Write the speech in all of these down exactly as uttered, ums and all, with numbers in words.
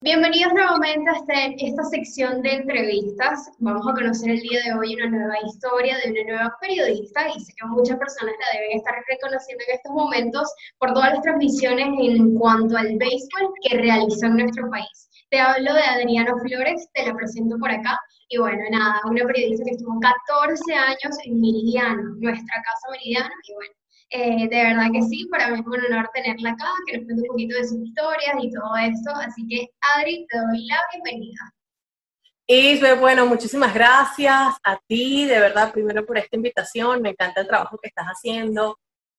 Bienvenidos nuevamente a este- esta sección de entrevistas. Vamos a conocer el día de hoy una nueva historia de una nueva periodista y sé que muchas personas la deben estar reconociendo en estos momentos por todas las transmisiones en cuanto al béisbol que realizó en nuestro país. Te hablo de Adriana Flores, te la presento por acá. Y bueno, nada, una periodista que estuvo catorce años en Meridiano, nuestra casa Meridiano, y bueno. Eh, de verdad que sí, para mí es un honor tenerla acá, que nos cuente un poquito de sus historias y todo esto. Así que, Adri, te doy la bienvenida. Isbe, bueno, muchísimas gracias a ti, de verdad, primero por esta invitación. Me encanta el trabajo que estás haciendo.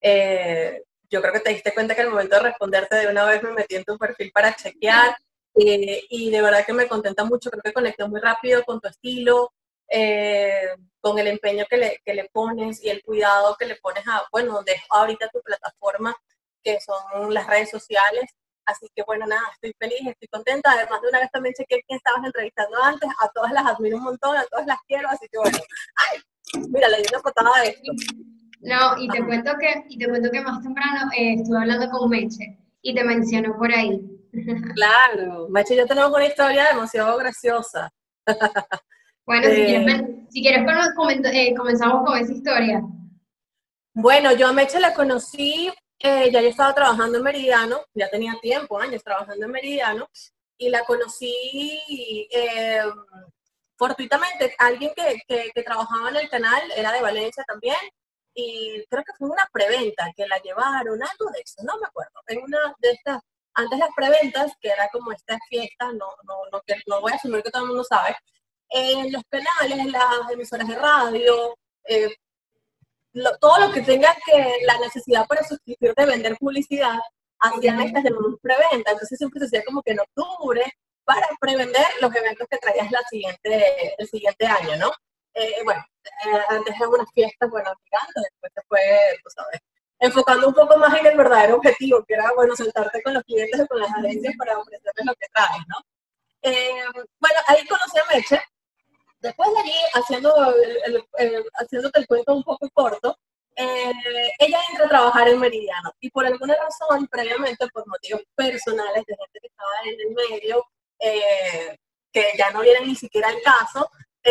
Eh, yo creo que te diste cuenta que al momento de responderte de una vez me metí en tu perfil para chequear eh, y de verdad que me contenta mucho. Creo que conecté muy rápido con tu estilo, eh, con el empeño que le, que le pones y el cuidado que le pones a, bueno, donde es ahorita tu plataforma, que son las redes sociales. Así que bueno, nada, estoy feliz, estoy contenta. Además de una vez también chequé quién estabas entrevistando antes. A todas las admiro un montón, a todas las quiero. Así que bueno, ay, mira, le di una patada a esto. No, y te Ajá. cuento que, y te cuento que más temprano eh, estuve hablando con Meche y te mencionó por ahí. Claro, Machi y yo tenemos una historia demasiado graciosa. Bueno, si quieres, Eh, ven- si quieres comen- comento- eh, comenzamos con esa historia. bueno, yo a Meche la conocí, eh, ya yo estaba trabajando en Meridiano, ya tenía tiempo, años trabajando en Meridiano, y la conocí eh, fortuitamente. Alguien que, que, que trabajaba en el canal, era de Valencia también, y creo que fue una preventa que la llevaron, algo de eso, no me acuerdo, en una de estas, antes las preventas, que era como esta fiesta, no, no, no, que, no voy a asumir que todo el mundo sabe, en los canales, las emisoras de radio, eh, lo, todo lo que tenga que la necesidad para sustituir de vender publicidad, Ok. hacían estas llamadas preventa. Entonces siempre se hacía como que en octubre para prevender los eventos que traías la siguiente, el siguiente año, ¿no? Eh, bueno, eh, antes eran unas fiestas, bueno, gigantes, después se fue, pues, ¿sabes? Enfocando un poco más en el verdadero objetivo, que era, bueno, sentarte con los clientes o con las agencias para ofrecerles lo que traes, ¿no? Eh, bueno, ahí conocí a Meche. Después de allí, haciendo el, el, el, haciéndote el cuento un poco corto, eh, ella entra a trabajar en Meridiano y por alguna razón, previamente, por motivos personales de gente que estaba en el medio, eh, que ya no vienen ni siquiera al caso,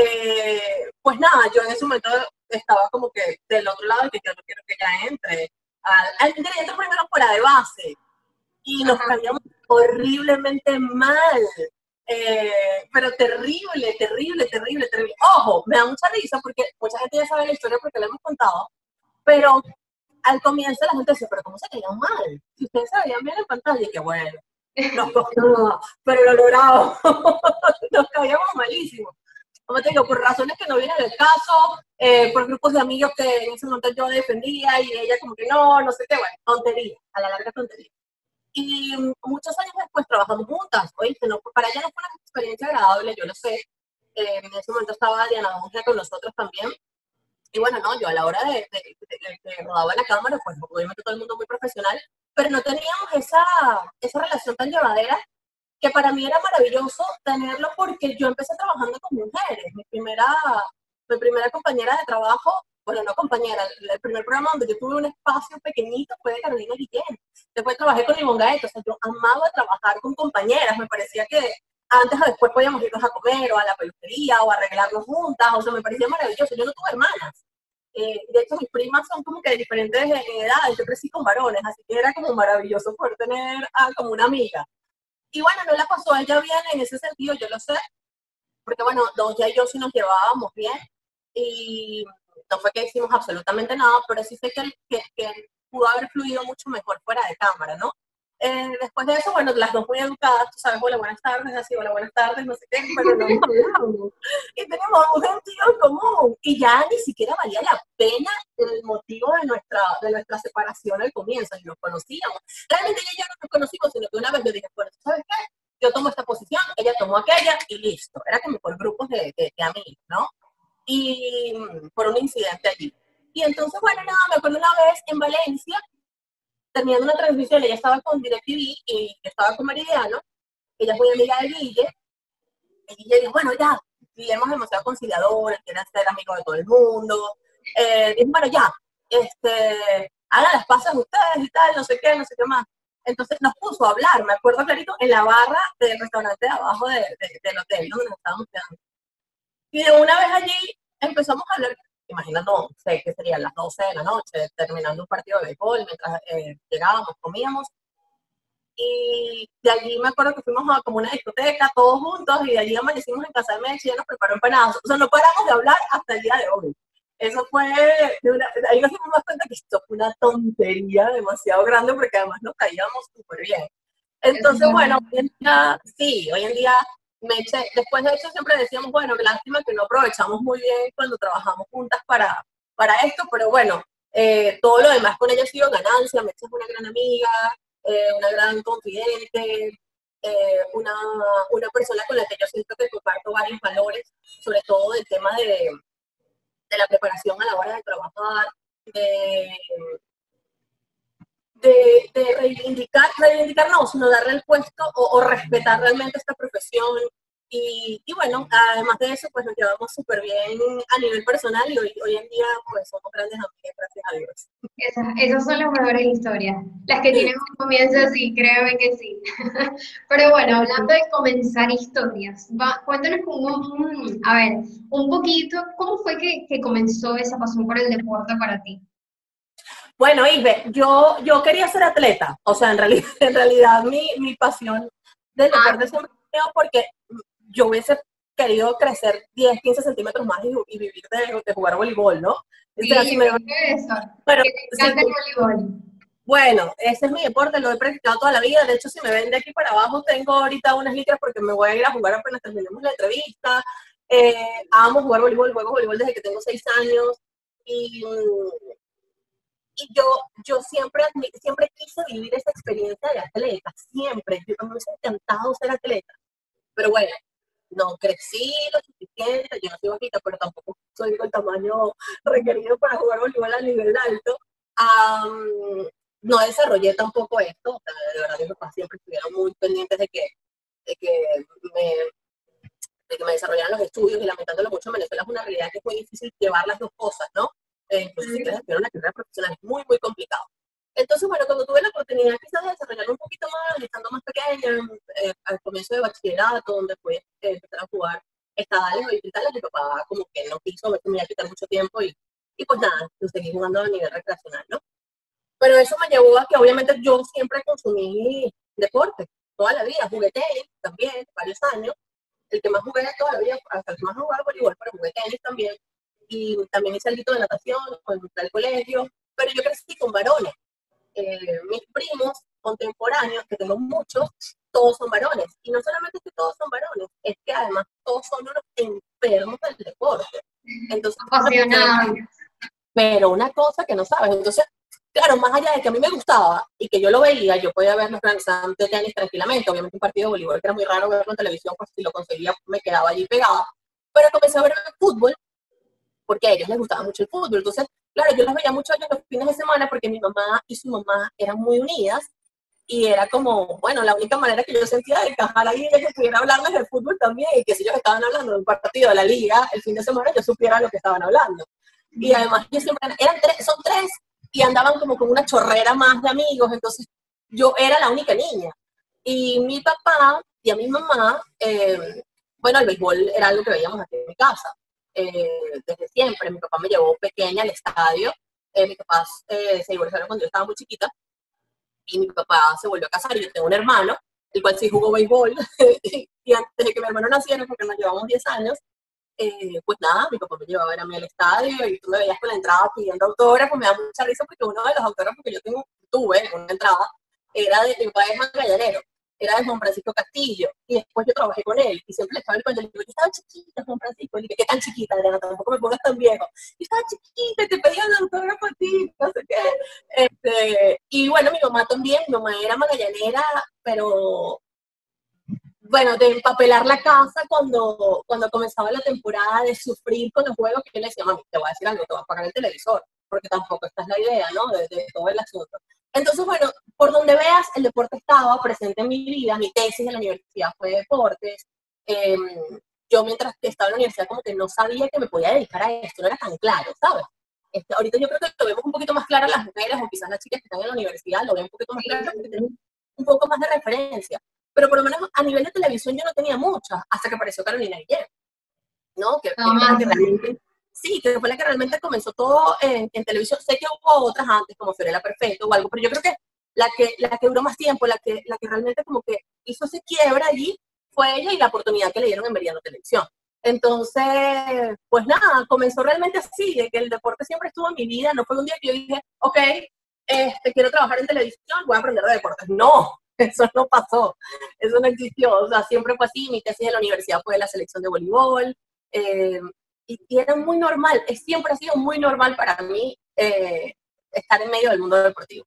eh, pues nada, yo en ese momento estaba como que del otro lado, que yo no quiero que ella entre. Al, al, entra primero fuera de base y nos Ajá. caíamos horriblemente mal. Eh, pero terrible, terrible, terrible, terrible. Ojo, me da mucha risa porque mucha gente ya sabe la historia porque la hemos contado, pero al comienzo la gente decía, pero ¿cómo se caían mal? Si ustedes se veían bien en pantalla, y que bueno, nos costó, pero lo logramos. Nos caíamos malísimo. Como te digo, por razones que no vienen del caso, eh, por grupos de amigos que en ese momento yo defendía y ella como que no, no sé qué, bueno, tontería, a la larga tontería. Y muchos años después trabajamos juntas, oíste, no, para ella no fue una experiencia agradable, yo lo sé. Eh, en ese momento estaba Diana Monge con nosotros también. Y bueno, no, yo a la hora de, de, de, de que rodaba la cámara, pues obviamente todo el mundo muy profesional, pero no teníamos esa, esa relación tan llevadera que para mí era maravilloso tenerlo porque yo empecé trabajando con mujeres. Mi primera, mi primera compañera de trabajo, bueno, no compañera, el primer programa donde yo tuve un espacio pequeñito fue de Carolina Guillén. Después trabajé con Ivonne Gaeta, o sea, yo amaba trabajar con compañeras, me parecía que antes o después podíamos irnos a comer o a la peluquería o a arreglarnos juntas, o sea, me parecía maravilloso. Yo no tuve hermanas. Eh, de hecho, mis primas son como que de diferentes edades, yo crecí con varones, así que era como maravilloso poder tener a, como una amiga. Y bueno, no la pasó ella bien en ese sentido, yo lo sé, porque bueno, dos ya y yo sí nos llevábamos bien y no fue que hicimos absolutamente nada, pero sí sé que, que, que pudo haber fluido mucho mejor fuera de cámara, ¿no? Eh, después de eso, bueno, las dos muy educadas, tú sabes, hola, buenas tardes, así, hola, buenas tardes, no sé qué, pero no nos hablamos. Y teníamos un sentido en común. Y ya ni siquiera valía la pena el motivo de nuestra, de nuestra separación al comienzo, y nos conocíamos. Realmente ella y yo no nos conocimos, sino que una vez yo dije, bueno, ¿sabes qué? Yo tomo esta posición, ella tomó aquella y listo. Era como por grupos de, de, de amigos, ¿no? Y por un incidente allí. Y entonces, bueno, nada, me acuerdo una vez en Valencia, terminando una transmisión, ella estaba con DirecTV y yo estaba con Meridiano, ella es muy amiga de Guille, y Guille dijo, bueno, ya, Guillermo es demasiado conciliador, él quiere ser amigo de todo el mundo, eh, dijo, bueno, ya, este, hagan las pasas ustedes y tal, no sé qué, no sé qué más. Entonces nos puso a hablar, me acuerdo clarito, en la barra del restaurante de abajo de, de, del hotel donde nos estábamos quedando. Y de una vez allí empezamos a hablar, imagina, no sé qué serían las doce de la noche, terminando un partido de béisbol, mientras eh, llegábamos, comíamos. Y de allí me acuerdo que fuimos a como una discoteca, todos juntos, y de allí amanecimos en casa de Mechi, y ella nos preparó empanadas. O sea, no paramos de hablar hasta el día de hoy. Eso fue, de una, ahí nos dimos más cuenta que esto fue una tontería demasiado grande, porque además nos caíamos súper bien. Entonces, bueno, hoy en día, sí, hoy en día, Meche, después de eso siempre decíamos, bueno, qué lástima que no aprovechamos muy bien cuando trabajamos juntas para, para esto, pero bueno, eh, todo lo demás con ella ha sido ganancia. Meche es una gran amiga, eh, una gran confidente, eh, una, una persona con la que yo siento que comparto varios valores, sobre todo del tema de, de la preparación a la hora de trabajar, de, de, de reivindicar, reivindicar no, sino darle el puesto o, o respetar realmente esta profesión. Y, y, bueno, además de eso, pues nos llevamos súper bien a nivel personal y hoy, hoy en día pues somos grandes amigas, gracias a Dios. Esas, esas son las mejores historias, las que tienen un comienzo así, créeme que sí. Pero bueno, hablando de comenzar historias, va, cuéntanos como, un, a ver, un poquito, ¿cómo fue que, que comenzó esa pasión por el deporte para ti? Bueno, Isbe, yo, yo quería ser atleta, o sea, en realidad, en realidad mi, mi pasión del Ah, deporte siempre ha sido porque yo hubiese querido crecer diez, quince centímetros más y, y vivir de, de, jugar voleibol, ¿no? O sea, sí, si yo me, dije eso, pero, que te sí, encanta el voleibol. bueno, ese es mi deporte, lo he practicado toda la vida. De hecho, si me ven de aquí para abajo, tengo ahorita unas licras porque me voy a ir a jugar apenas terminemos la entrevista. Eh, amo jugar voleibol, juego voleibol desde que tengo seis años. Y, y yo, yo siempre, siempre quise vivir esa experiencia de atleta, siempre. Yo me hubiese encantado ser atleta. Pero bueno, no crecí lo suficiente, yo no soy bajita, pero tampoco soy del tamaño requerido para jugar voleibol a nivel alto. Um, no desarrollé tampoco esto, o sea, de verdad mis papás siempre estuvieron muy pendientes de que, de que, me, de que me desarrollaran los estudios y lamentándolo mucho en Venezuela es una realidad que es muy difícil llevar las dos cosas, ¿no? Eh, incluso si quieres estudiar una carrera profesional es muy, muy complicado. Entonces, bueno, cuando tuve la oportunidad quizás de desarrollarlo un poquito más, estando más pequeña, eh, al comienzo de bachillerato, donde fui eh, empezar a jugar estadales o distritales, mi papá como que no quiso, me iba a quitar mucho tiempo y, y pues nada, lo seguí jugando a nivel recreacional, ¿no? Pero eso me llevó a que obviamente yo siempre consumí deporte, toda la vida, jugué tenis también, varios años, el que más jugué toda la vida, hasta el que más jugaba voleibol, pero jugué tenis también, y también hice algo de natación, cuando entré al colegio, pero yo crecí con varones. Eh, mis primos contemporáneos, que tengo muchos, todos son varones. Y no solamente es que todos son varones, es que además todos son unos enfermos del deporte. Entonces, Apasionada. pero una cosa que no sabes. Entonces, claro, más allá de que a mí me gustaba y que yo lo veía, yo podía ver los Grand Slams de tenis tranquilamente, obviamente un partido de voleibol que era muy raro verlo en televisión, pues si lo conseguía me quedaba allí pegada, pero comencé a ver el fútbol porque a ellos les gustaba mucho el fútbol. Entonces, claro, yo los veía mucho ellos los fines de semana porque mi mamá y su mamá eran muy unidas y era como, bueno, la única manera que yo sentía de encajar ahí es que pudiera hablarles de fútbol también y que si ellos estaban hablando de un partido de la liga el fin de semana, yo supiera lo que estaban hablando. Y además, yo siempre, eran tres, son tres y andaban como con una chorrera más de amigos, entonces yo era la única niña. Y mi papá y a mi mamá, eh, bueno, el béisbol era algo que veíamos aquí en mi casa eh, desde siempre. Mi papá me llevó pequeña al estadio. Eh, mis papás eh, se divorciaron cuando yo estaba muy chiquita y mi papá se volvió a casar y yo tengo un hermano, el cual sí jugó béisbol y antes de que mi hermano naciera, porque nos llevamos diez años, eh, pues nada, mi papá me llevaba a ver a mí al estadio y tú me veías con la entrada pidiendo autógrafos, me da mucha risa porque uno de los autógrafos que yo tengo, tuve en una entrada, era de mi papá es Magallanero, era de Juan Francisco Castillo, y después yo trabajé con él, y siempre le estaba el cuento, le digo, yo estaba chiquita, Juan Francisco, y le dije, ¿qué tan chiquita, Adriana? Tampoco me pongas tan viejo, y estaba chiquita, te pedía un autógrafo a ti, no sé qué, este, y bueno, mi mamá también, mi mamá era magallanera, pero bueno, de empapelar la casa cuando, cuando comenzaba la temporada, de sufrir con los juegos, que yo le decía, mami, te voy a decir algo, te voy a pagar el televisor, porque tampoco esta es la idea, ¿no? De, de todo el asunto. Entonces, bueno, por donde veas, el deporte estaba presente en mi vida, mi tesis en la universidad fue deportes, eh, yo mientras estaba en la universidad como que no sabía que me podía dedicar a esto, no era tan claro, ¿sabes? Este, ahorita yo creo que lo vemos un poquito más claro las mujeres o quizás las chicas que están en la universidad, lo ven un poquito más claro porque tenemos un poco más de referencia. Pero por lo menos a nivel de televisión yo no tenía muchas, hasta que apareció Carolina Guillén, ¿no? Que, que fue la Jamás. que realmente, sí, que fue la que realmente comenzó todo en, en televisión. Sé que hubo otras antes, como Fiorella Perfecto o algo, pero yo creo que la que, la que duró más tiempo, la que, la que realmente como que hizo ese quiebra allí, fue ella y la oportunidad que le dieron en Meridiano Televisión. Entonces, pues nada, comenzó realmente así, de que el deporte siempre estuvo en mi vida. No fue un día que yo dije, ok, este, quiero trabajar en televisión, voy a aprender de deportes. No, eso no pasó, eso no existió. O sea, siempre fue así. Mi tesis en la universidad fue de la selección de voleibol, eh, y, y era muy normal, es, siempre ha sido muy normal para mí eh, estar en medio del mundo deportivo.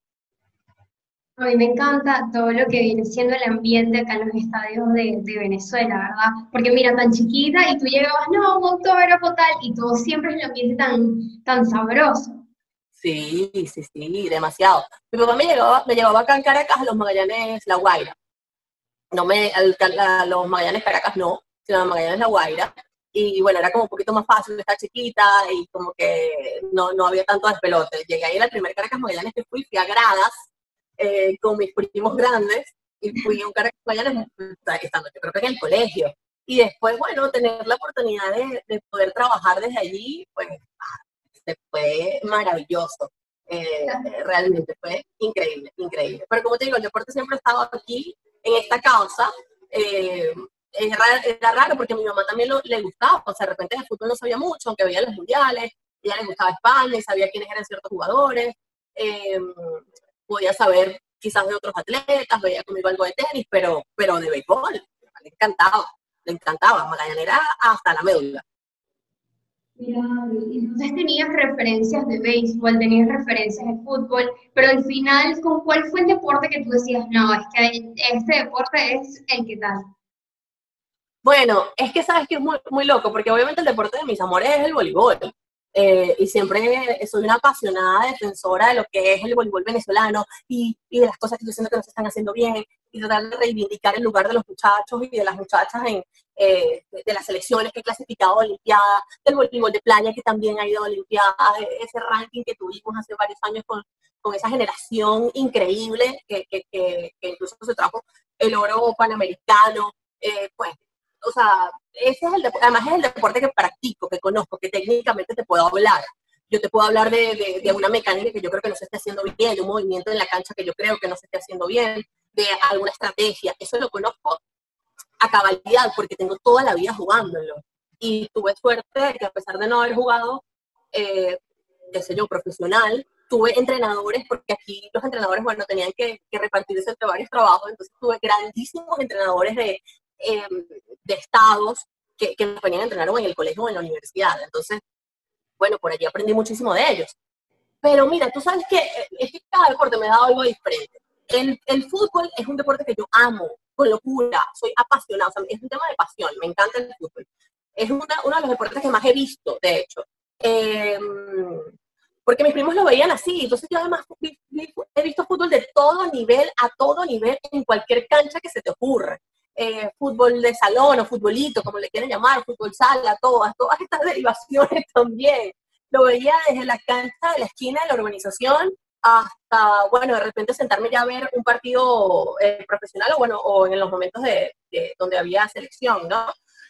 A mí me encanta todo lo que viene siendo el ambiente acá en los estadios de, de Venezuela, ¿verdad? Porque mira, tan chiquita y tú llegabas, no, un autógrafo tal, y todo siempre es el ambiente tan, tan sabroso. Sí, sí, sí, demasiado. Mi papá me llevaba, me llevaba acá en Caracas a los Magallanes La Guaira. No me, al, a los Magallanes Caracas no, sino a los Magallanes La Guaira. Y bueno, era como un poquito más fácil, estar chiquita y como que no, no había tanto despelote. Llegué ahí al primer Caracas Magallanes que fui, fui a gradas eh, con mis primos grandes y fui a un Caracas Magallanes estando yo creo que en el colegio. Y después, bueno, tener la oportunidad de, de poder trabajar desde allí, pues se fue maravilloso. Eh, realmente fue increíble, increíble. Pero como te digo, el deporte siempre ha estado aquí, en esta causa. Eh, era, era raro porque a mi mamá también lo, le gustaba, o sea, de repente de fútbol no sabía mucho, aunque veía los mundiales, ella le gustaba España y sabía quiénes eran ciertos jugadores, eh, podía saber quizás de otros atletas, veía conmigo algo de tenis, pero, pero de béisbol, le encantaba, le encantaba, Magallanera hasta la médula. Mira, entonces tenías referencias de béisbol, tenías referencias de fútbol, pero al final, ¿con cuál fue el deporte que tú decías, no, es que este deporte es el que tal? Bueno, es que sabes que es muy, muy loco, porque obviamente el deporte de mis amores es el voleibol. Eh, y siempre soy una apasionada defensora de lo que es el voleibol venezolano y, y de las cosas que yo siento que no se están haciendo bien y tratar de reivindicar el lugar de los muchachos y de las muchachas en, eh, de, de las selecciones que he clasificado a Olimpiadas, del voleibol de playa que también ha ido a Olimpiadas, ese ranking que tuvimos hace varios años con, con esa generación increíble que, que, que, que incluso se trajo el oro panamericano. Eh, pues o sea, ese es el además es el deporte que practico, que conozco, que técnicamente te puedo hablar. Yo te puedo hablar de, de, de una mecánica que yo creo que no se esté haciendo bien, de un movimiento en la cancha que yo creo que no se esté haciendo bien, de alguna estrategia. Eso lo conozco a cabalidad porque tengo toda la vida jugándolo. Y tuve suerte de que a pesar de no haber jugado, eh, qué sé yo, profesional, tuve entrenadores, porque aquí los entrenadores, bueno, tenían que, que repartirse entre varios trabajos, entonces tuve grandísimos entrenadores de, eh, de estados que, que nos venían a entrenar o en el colegio o en la universidad. Entonces, bueno, por allí aprendí muchísimo de ellos. Pero mira, tú sabes que es que cada deporte me ha dado algo diferente. El, el fútbol es un deporte que yo amo, con locura, soy apasionada, o sea, es un tema de pasión, me encanta el fútbol. Es una, uno de los deportes que más he visto, de hecho. Eh, porque mis primos lo veían así, entonces yo además vi, vi, he visto fútbol de todo nivel, a todo nivel, en cualquier cancha que se te ocurra. Eh, fútbol de salón o futbolito, como le quieren llamar, fútbol sala, todas, todas estas derivaciones también. Lo veía desde la cancha de la esquina de la urbanización hasta, bueno, de repente sentarme ya a ver un partido eh, profesional o, bueno, o en los momentos de, de donde había selección, ¿no?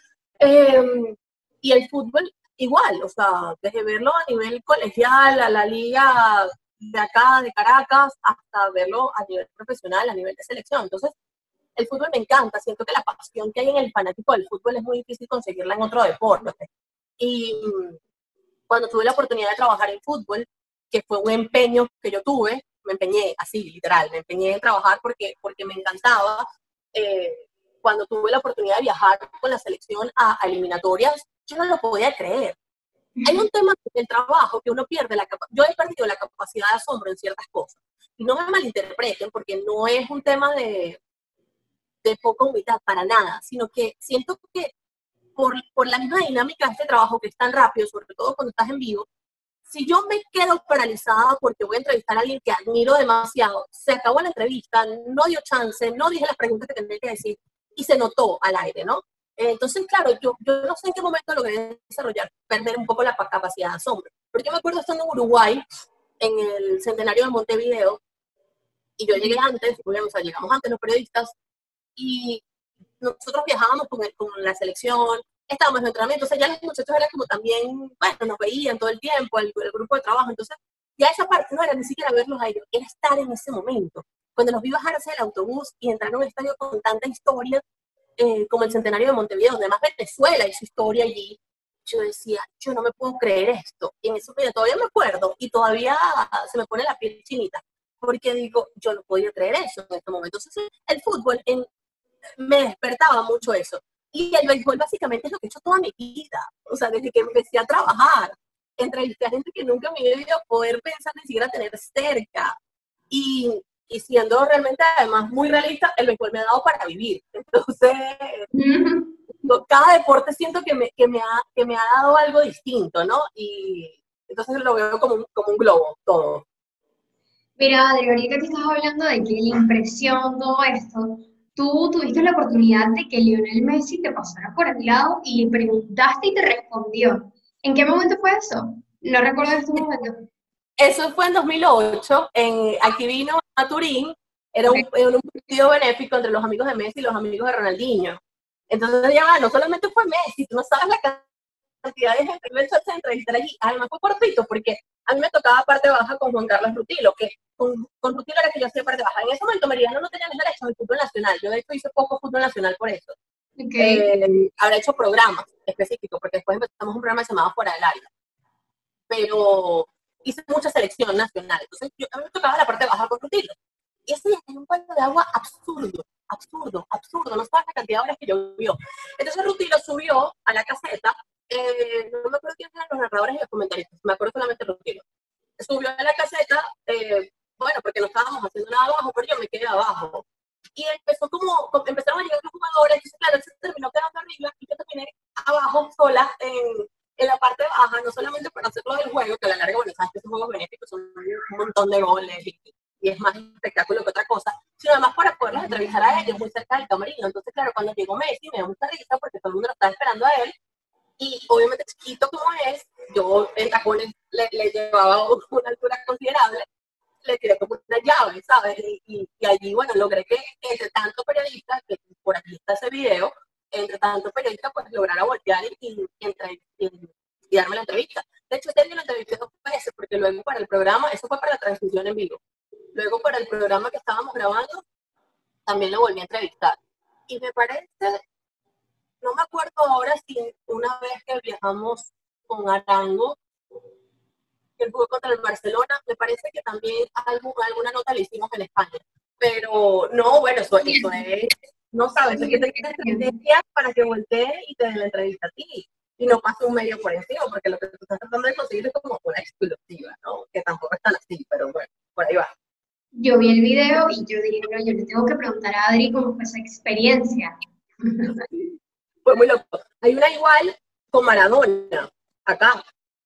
Eh, y el fútbol igual, o sea, desde verlo a nivel colegial, a la liga de acá, de Caracas, hasta verlo a nivel profesional, a nivel de selección. Entonces, el fútbol me encanta, siento que la pasión que hay en el fanático del fútbol es muy difícil conseguirla en otro deporte. Y cuando tuve la oportunidad de trabajar en fútbol, que fue un empeño que yo tuve, me empeñé así, literal, me empeñé en trabajar porque, porque me encantaba. Eh, cuando tuve la oportunidad de viajar con la selección a, a eliminatorias, yo no lo podía creer. Hay un tema del trabajo que uno pierde la capacidad, yo he perdido la capacidad de asombro en ciertas cosas. Y no me malinterpreten, porque no es un tema de, de poca humildad para nada, sino que siento que por, por la misma dinámica de este trabajo que es tan rápido, sobre todo cuando estás en vivo, si yo me quedo paralizada porque voy a entrevistar a alguien que admiro demasiado, se acabó la entrevista, no dio chance, no dije las preguntas que tenía que decir y se notó al aire, ¿no? Entonces, claro, yo, yo no sé en qué momento logré desarrollar, perder un poco la capacidad de asombro. Pero yo me acuerdo estando en Uruguay, en el centenario de Montevideo, Y yo llegué antes, o sea, llegamos antes los periodistas, y nosotros viajábamos con, el, con la selección, estábamos en entrenamiento, entonces ya los muchachos eran como también, bueno, nos veían todo el tiempo, el, el grupo de trabajo, entonces ya esa parte no era ni siquiera verlos a ellos, era estar en ese momento. Cuando los vi bajarse del autobús y entrar a un estadio con tanta historia, eh, como el Centenario de Montevideo, donde además Venezuela hizo historia allí, yo decía, yo no me puedo creer esto. Y en eso, mira, todavía me acuerdo y todavía se me pone la piel chinita, porque digo, yo no podía creer eso en este momento. Entonces, el fútbol en, me despertaba mucho eso. Y el béisbol básicamente es lo que he hecho toda mi vida. O sea, desde que empecé a trabajar, entrevisté a gente que nunca me había ido a poder pensar ni siquiera tener cerca. Y, y siendo realmente además muy realista, el béisbol me ha dado para vivir. Entonces, mm-hmm. cada deporte siento que me, que, me ha, que me ha dado algo distinto, ¿no? Y entonces lo veo como un, como un globo, todo. Mira, Adri, ahorita que estás hablando de que la impresión, todo esto, tú tuviste la oportunidad de que Lionel Messi te pasara por el lado y le preguntaste y te respondió. ¿En qué momento fue eso? No recuerdo este momento. Eso fue en dos mil ocho, en, aquí vino a Turín, era un, okay. un partido benéfico entre los amigos de Messi y los amigos de Ronaldinho. Entonces ya no solamente fue Messi, tú no sabes la cantidad de gente que me echó a entrevistar allí. Además fue cortito, porque a mí me tocaba parte baja con Juan Carlos Rutilo, que con, con Rutilo era que yo hacía parte baja. En ese momento Meridiano no tenía los derechos del fútbol nacional, yo de hecho hice poco fútbol nacional por eso. Okay. Eh, habrá hecho programas específicos, porque después empezamos un programa que se llamaba Fuera del Área. Pero hice mucha selección nacional, entonces yo, a mí me tocaba la parte baja con Rutilo. Y ese día tenía un cuento de agua absurdo, absurdo, absurdo, no sabes la cantidad de horas que llovió. Entonces Rutilo subió a la caseta, eh, no me acuerdo quiénes eran los narradores y los comentaristas, me acuerdo solamente Rutilo. Subió a la caseta, eh, bueno, porque no estábamos haciendo nada abajo, pero yo me quedé abajo. Y empezó como, como empezaron a llegar los jugadores, y claro, él se terminó quedando arriba y yo terminé abajo sola en, en la parte baja, no solamente para hacerlo del juego, que a la larga, bueno, sabes que esos juegos benéficos son un montón de goles y, y es más espectáculo que otra cosa, sino además para poderlos entrevistar a ellos muy cerca del camerino. Entonces, claro, cuando llegó Messi me dio mucha risa porque todo el mundo lo estaba esperando a él y obviamente chiquito como es, yo en tacones le, le llevaba una altura considerable, le tiré como una llave, ¿sabes? Y, y, y allí, bueno, logré que entre tanto periodistas, que por aquí está ese video, entre tanto periodistas, pues lograra voltear y, y, y, y, y darme la entrevista. De hecho, este día la entrevisté dos veces, porque luego para el programa, eso fue para la transmisión en vivo, luego para el programa que estábamos grabando, también lo volví a entrevistar. Y me parece, no me acuerdo ahora si una vez que viajamos con Arango, que jugó contra el Barcelona, me parece que también algo, alguna nota le hicimos en España. Pero no, bueno, eso, eso es, no sabes, es que te queda estrategia para que voltee y te dé la entrevista a ti. Y no pase un medio por encima, porque lo que tú estás tratando de conseguir es como una exclusiva, ¿no? Que tampoco es tan así, pero bueno, por ahí va. Yo vi el video y yo dije, no, yo le tengo que preguntar a Adri cómo fue esa experiencia. Fue muy loco. Hay una igual con Maradona, acá.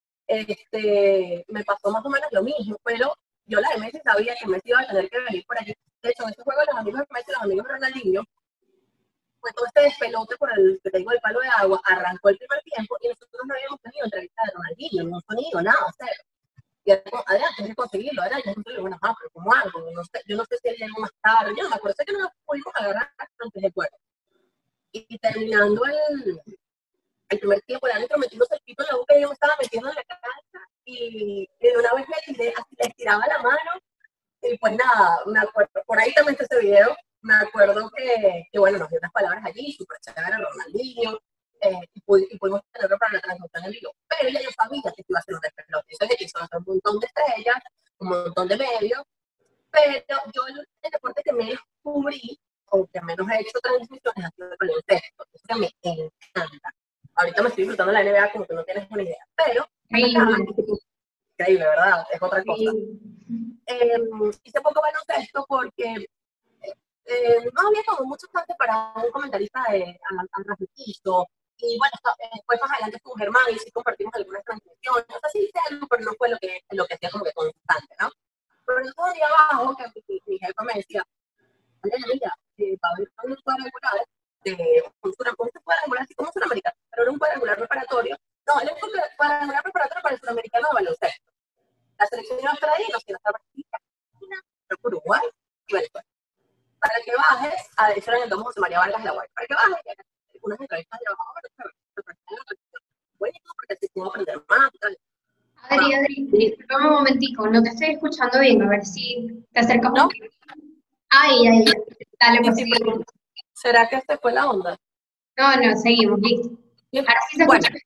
Este, me pasó más o menos lo mismo, pero yo la de Messi sabía que Messi iba a tener que venir por allí. De hecho, en este juego los amigos de Messi, los amigos de Ronaldinho, pues todo este despelote por el que tengo el palo de agua, arrancó el primer tiempo y nosotros no habíamos tenido entrevista de Ronaldinho, no sonido, nada, cero. Y era como, Adrián, tienes que conseguirlo, Adrián, yo no sé, bueno, ah, pero ¿cómo hago? No sé, yo no sé si él llegó más tarde, yo no me acuerdo, sé que no nos pudimos agarrar antes del juego. Y, y terminando el, el primer tiempo, el árbitro metiéndose el pito en la boca y yo me estaba metiendo en la cancha y, y de una vez le tiré, así le estiraba la mano y pues nada, me acuerdo, por ahí también está ese video, me acuerdo que, que bueno, nos dio unas palabras allí, súper chévere, Ronaldinho, eh, y, pud y pudimos tenerlo para la transmisión en vivo, pero ya yo sabía que iba a ser un despelote, entonces hizo un montón de estrellas, un montón de medios, pero yo el, el deporte que menos cubrí, o que menos he hecho transmisiones, ha sido el baloncesto, eso que me encanta. Ahorita me estoy disfrutando la N B A como que no tienes una idea, pero Increíble, increíble, ¿verdad? Es otra cosa. Eh, hice poco baloncesto porque eh, no había como mucho chance para un comentarista de transmitido. Y bueno, después más adelante con Germán y sí compartimos algunas transmisiones. O sea, sí hice algo, pero no fue lo que, lo que hacía como que constante, ¿no? Pero yo todo día abajo, que mi, mi jefe me decía, oye, mira, eh, va a haber un cuadrangular de un cuadrangular así como sudamericano, pero era un cuadrangular preparatorio. No, era un cuadrangular preparatorio para el sudamericano de baloncesto. La selección de Australia no se la estaba Argentina, Uruguay, la hicieron en el Domo José María Vargas de la U A S, para que bajen, unas entrevistas de abajo, buenísimo, porque así puedo aprender más y tal. Adri, Adri, disculpame un momentico, no te estoy escuchando bien, a ver si te acercas un ¿No? poquito. Ay, ay, ay. Dale, Sí, pues sí, seguimos. pero ¿será que se fue la onda? No, no, seguimos, listo. Sí. Ahora sí se Bueno, escucha.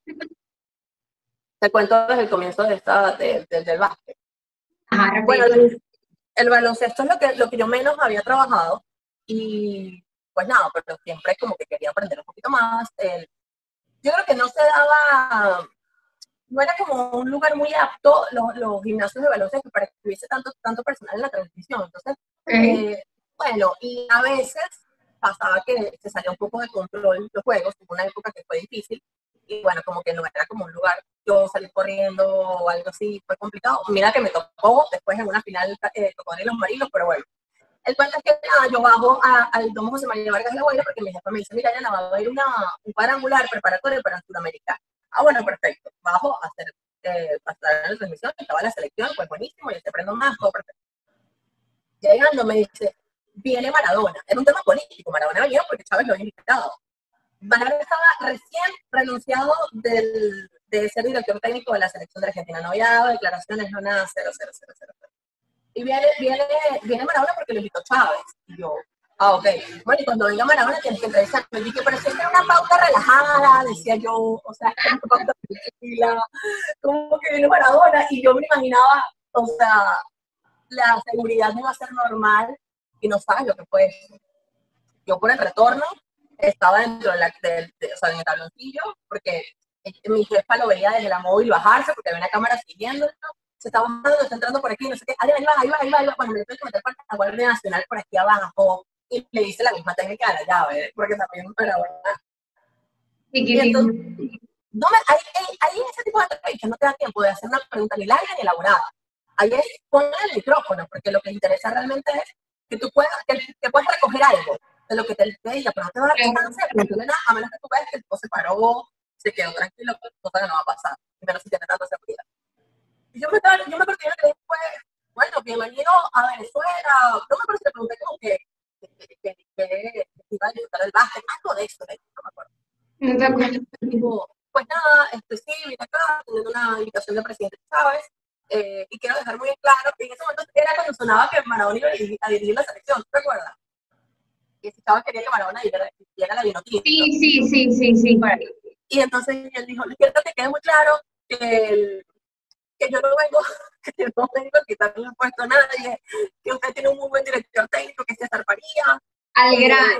te cuento desde el comienzo de esta, de, de, del básquet. Ajá, Bueno, rapidito. el, el baloncesto es lo que, lo que yo menos había trabajado y pues nada, pero siempre como que quería aprender un poquito más. El, yo creo que no se daba, no era como un lugar muy apto los, los gimnasios de baloncesto para que tuviese tanto, tanto personal en la transmisión. Entonces, Ok. eh, bueno, y a veces pasaba que se salía un poco de control los juegos, hubo una época que fue difícil, y bueno, como que no era como un lugar, yo salir corriendo o algo así, fue complicado. Mira que me tocó después en una final eh, tocó en los marinos, pero bueno. El cuento es que nada, yo bajo a, al Domo José María Vargas de la Guaira porque mi jefa me dice, mira, ya va a ir una, un cuadrangular preparatorio para Sudamérica. Ah, bueno, perfecto. Bajo a hacer, eh, a estar en la transmisión, estaba la selección, pues buenísimo, y te aprendo más, todo perfecto. Llegando me dice, viene Maradona. Era un tema político, Maradona venía porque Chávez lo había invitado. Maradona estaba recién renunciado del, de ser director técnico de la selección de Argentina. No había dado declaraciones, no nada, cero, cero, cero, cero. Y viene, viene, viene Maradona porque lo invitó Chávez. Y yo, ah, ok. Bueno, y cuando venga Maradona tienes que entrevistar. Me dije, pero si es que era una pauta relajada, decía yo, o sea, era una pauta tranquila, como que viene Maradona. Y yo me imaginaba, o sea, la seguridad no iba a ser normal y no sabes lo que fue. Yo por el retorno estaba dentro de la, de, de, o sea, en el tabloncillo, porque mi jefa lo veía desde la móvil bajarse, porque había una cámara siguiendo, se está bajando, está entrando por aquí, no sé qué, ahí va, ahí va, ahí va, ahí va, bueno, me tuve que meter para la Guardia Nacional por aquí abajo, y le hice la misma técnica de la llave, ¿eh? Porque también para buena. Y entonces, no me, ahí, ahí, ahí en ese tipo de entrevistas no te da tiempo de hacer una pregunta ni larga ni elaborada. Ahí es poner el micrófono, porque lo que interesa realmente es que tú puedas, que, que puedas recoger algo de lo que te, te diga, pero no te va a dar chance de preguntarle nada, a menos que tú veas que el tipo se paró, se quedó tranquilo, cosa que no va a pasar, menos si tiene tanta seguridad. Y yo me, yo me acuerdo que después, bueno, bienvenido a Venezuela, no me acuerdo si le pregunté como que, que, que, que, que iba a disfrutar del básquet, algo de eso, de eso, no me acuerdo. No te acuerdas. Digo, pues nada, este, sí, vine acá, teniendo una invitación del presidente Chávez, eh, y quiero dejar muy claro que en ese momento era cuando sonaba que Maradona iba a dirigir, a dirigir la selección, ¿te acuerdas? Y si Chávez quería que Maradona dirigiera la Vinotinto. Sí, sí, sí, sí, sí. Bueno, y entonces él dijo, quiero que quede muy claro que, el, que yo no vengo, que yo no vengo a quitarle el puesto a nadie, que usted tiene un muy buen director técnico, que es César Faría. Al Eh, grano.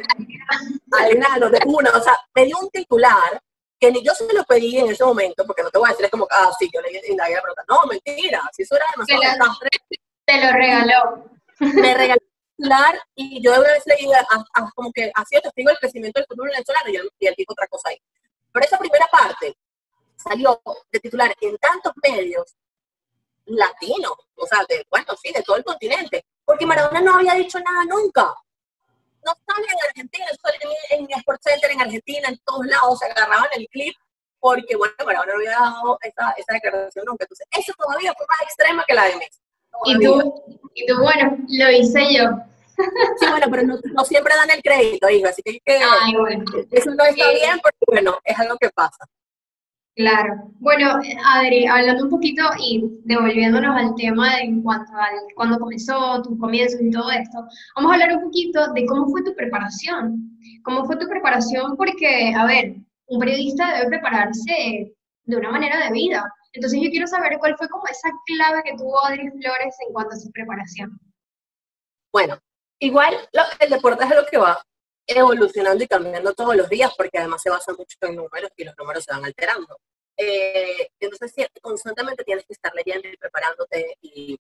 al grano, de una, o sea, me dio un titular que ni yo se lo pedí en ese momento, porque no te voy a decir, es como, ah, sí, yo le indagué la pregunta. No, mentira, si eso era Te demasiado lo, desastre. te lo regaló. Me regaló el titular y yo de una vez leí a, a, como que ha sido testigo del crecimiento del fútbol venezolano y el, y el tipo otra cosa ahí. Pero esa primera parte salió de titular en tantos medios latinos, o sea, de, bueno, sí, de todo el continente, porque Maradona no había dicho nada nunca. No sale en Argentina, sale en, en Sport Center, en Argentina, en todos lados, se agarraban el clip, porque, bueno, Maradona no había dado esa, esa declaración nunca. Entonces, eso todavía fue más extrema que la de Messi. Y Todavía. tú, y tú, bueno, lo hice yo. Sí, bueno, pero no, no siempre dan el crédito, hijo, así que, que Ay, bueno. eso no está Eh, bien, porque, bueno, es algo que pasa. Claro. Bueno, Adri, hablando un poquito y devolviéndonos al tema de en cuanto al cuando comenzó, tus comienzos y todo esto, vamos a hablar un poquito de cómo fue tu preparación. ¿Cómo fue tu preparación? Porque, a ver, un periodista debe prepararse de una manera de vida. Entonces yo quiero saber cuál fue como esa clave que tuvo Adri Flores en cuanto a su preparación. Bueno, igual lo, el deporte es lo que va evolucionando y cambiando todos los días, porque además se basa mucho en números y los números se van alterando. Eh, entonces, sí, constantemente tienes que estar leyendo y preparándote y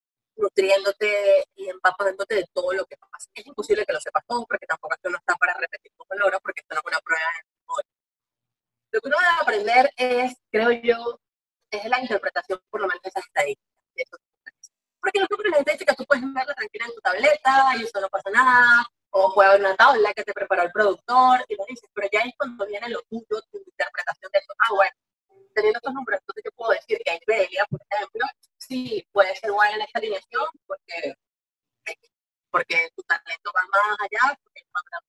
nutriéndote y empapándote de todo lo que pasa. Es imposible que lo sepas todo, porque tampoco esto no está para repetir con logros, porque esto no es una prueba de memoria. Lo que uno debe aprender es, creo yo, es la interpretación por lo menos de esas estadísticas. Porque los números de las estadísticas tú puedes verla tranquila en tu tableta y eso no pasa nada, o puede haber una tabla que te preparó el productor y lo dices, pero ya es cuando viene lo tuyo, tu interpretación de eso. Ah, bueno, teniendo estos números, entonces yo puedo decir que Iberia, por ejemplo, sí puede ser buena en esta alineación porque, porque tu talento va más allá, porque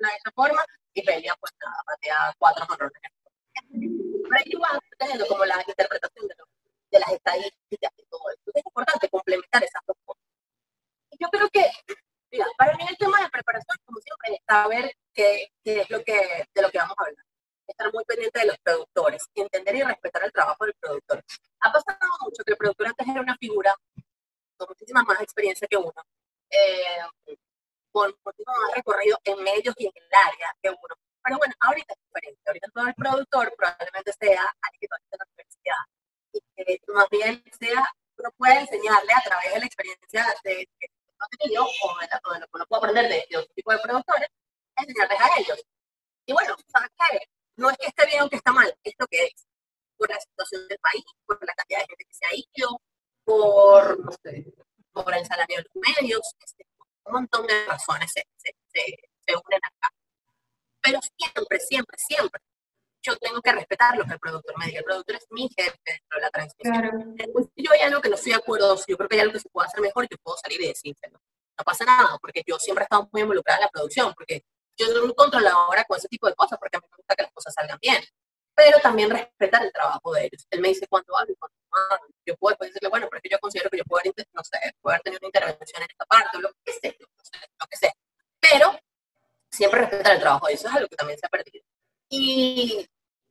de esa forma, y Belia, pues nada, patea cuatro jonrones. Pero ahí tú vas teniendo como la interpretación de, lo, de las estadísticas y todo eso. Entonces es importante complementar esas dos cosas. Y yo creo que, mira, para mí el tema de preparación, como siempre, es saber qué, qué es lo que, de lo que vamos a hablar. Estar muy pendiente de los productores, entender y respetar el trabajo del productor. Ha pasado mucho que el productor antes era una figura con muchísima más experiencia que uno, eh, con muchísimo más recorrido en medios y en el área que uno. Pero bueno, ahorita es diferente. Ahorita todo el productor probablemente sea alguien que todavía está en la universidad. Y que más bien sea, uno puede enseñarle a través de la experiencia de que uno ha tenido o de, la, o de lo que uno puede aprender de, de otro tipo de productores, enseñarles a ellos. Y bueno, ¿sabes qué? No es que esté bien o que está mal, es lo que es. Por la situación del país, por la cantidad de gente que se ha ido, por, no sé, por el salario de los medios, este, un montón de razones se, se, se, se unen acá. Pero siempre, siempre, siempre, yo tengo que respetar lo que el productor me diga. El productor es mi jefe dentro de la transmisión. Claro. Después, si yo hay algo que no estoy de acuerdo, si yo creo que hay algo que se puede hacer mejor, yo puedo salir y decírselo. No pasa nada, porque yo siempre he estado muy involucrada en la producción, porque yo soy muy controladora con ese tipo de cosas, porque a mí me gusta que las cosas salgan bien. Pero también respetar el trabajo de ellos. Él me dice cuándo hablo y cuándo no hablo. Yo puedo después decirle, bueno, pero es que yo considero que yo puedo haber, no sé, puedo haber tenido una intervención en esta parte, o lo que sea, no sé, lo que sea. Pero siempre respetar el trabajo de ellos, eso es algo que también se ha perdido. Y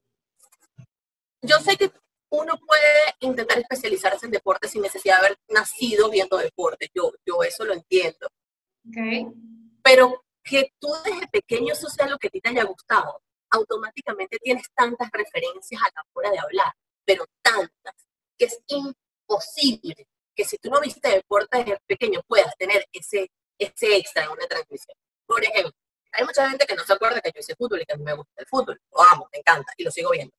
yo sé que uno puede intentar especializarse en deportes sin necesidad de haber nacido viendo deportes. Yo, yo eso lo entiendo. Okay. Pero que tú desde pequeño eso sea lo que a ti te haya gustado, automáticamente tienes tantas referencias a la hora de hablar, pero tantas, que es imposible que si tú no viste deporte desde pequeño puedas tener ese, ese extra en una transmisión. Por ejemplo, hay mucha gente que no se acuerda que yo hice fútbol y que a mí me gusta el fútbol. Lo amo, me encanta y lo sigo viendo.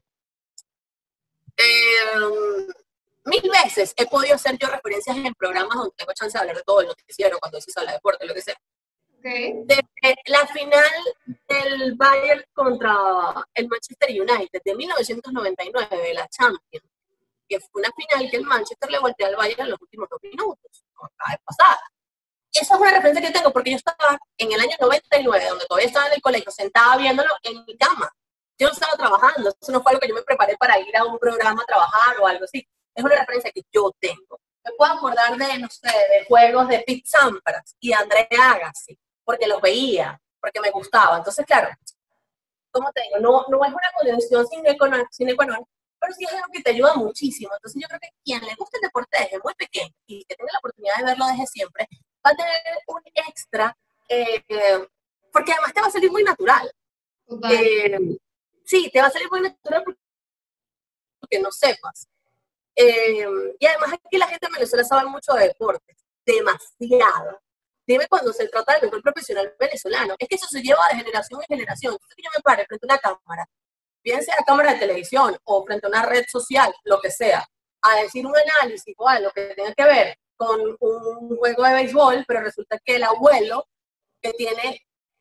Eh, mil veces he podido hacer yo referencias en programas donde tengo chance de hablar de todo el noticiero, cuando se habla de deporte, lo que sea. Okay. Desde la final del Bayern contra el Manchester United de mil novecientos noventa y nueve de la Champions, que fue una final que el Manchester le volteó al Bayern en los últimos dos minutos, como la vez pasada. Esa es una referencia que tengo porque yo estaba en el año noventa y nueve, donde todavía estaba en el colegio, sentada viéndolo en mi cama. Yo no estaba trabajando, eso no fue algo que yo me preparé para ir a un programa a trabajar o algo así. Es una referencia que yo tengo. Me puedo acordar de, no sé, de juegos de Pete Sampras y André Agassi, porque los veía, porque me gustaba. Entonces, claro, como te digo, no, no es una condición sine qua non, sine qua non, pero sí es algo que te ayuda muchísimo. Entonces yo creo que quien le gusta el deporte desde muy pequeño y que tenga la oportunidad de verlo desde siempre, va a tener un extra, eh, eh, porque además te va a salir muy natural. Eh, sí, te va a salir muy natural porque no sepas. Eh, y además aquí la gente en Venezuela sabe mucho de deportes, demasiado. Dime cuando se trata del mejor profesional venezolano. Es que eso se lleva de generación en generación. Entonces yo me pare frente a una cámara, bien sea cámara de televisión o frente a una red social, lo que sea, a decir un análisis o algo que tenga que ver con un juego de béisbol, pero resulta que el abuelo que tiene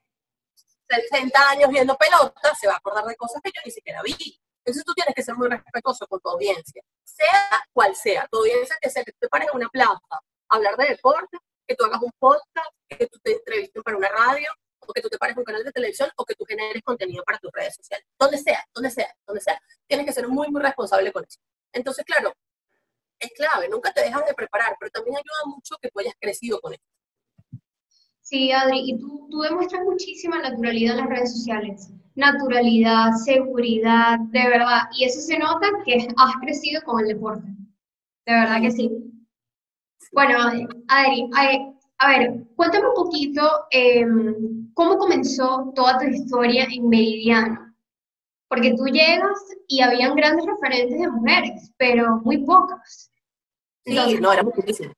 sesenta años viendo pelota se va a acordar de cosas que yo ni siquiera vi. Entonces tú tienes que ser muy respetuoso con tu audiencia, sea cual sea, tu audiencia que sea que te pares en una plaza a hablar de deporte, que tú hagas un podcast, que tú te entrevistes para una radio, o que tú te pares en un canal de televisión, o que tú generes contenido para tus redes sociales. Donde sea, donde sea, donde sea, tienes que ser muy, muy responsable con eso. Entonces, claro, es clave, nunca te dejas de preparar, pero también ayuda mucho que tú hayas crecido con esto. Sí, Adri, y tú, tú demuestras muchísima naturalidad en las redes sociales. Naturalidad, seguridad, de verdad. Y eso se nota que has crecido con el deporte. De verdad que sí. Bueno, Adri, a ver, cuéntame un poquito eh, cómo comenzó toda tu historia en Meridiano. Porque tú llegas y habían grandes referentes de mujeres, pero muy pocas. Entonces, sí, no, éramos poquísimas.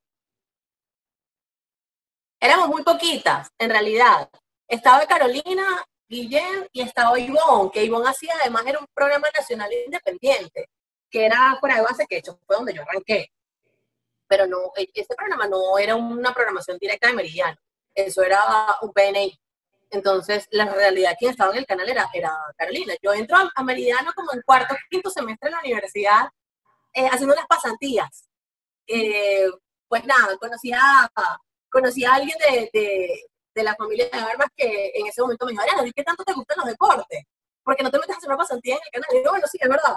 Éramos muy poquitas, en realidad. Estaba Carolina, Guillén y estaba Ivonne, que Ivonne hacía, además era un programa nacional independiente, que era fuera de base, que de hecho fue donde yo arranqué. Pero no, este programa no era una programación directa de Meridiano, eso era un P N I. Entonces, la realidad quien estaba en el canal era, era Carolina. Yo entro a, a Meridiano como en cuarto, quinto semestre de la universidad, eh, haciendo unas pasantías. Eh, pues nada, conocí a, conocí a alguien de, de, de la familia de Armas que en ese momento me dijo, Ariana, ¿y qué tanto te gustan los deportes? Porque no te metes a hacer una pasantía en el canal. Y yo, bueno, sí, es verdad.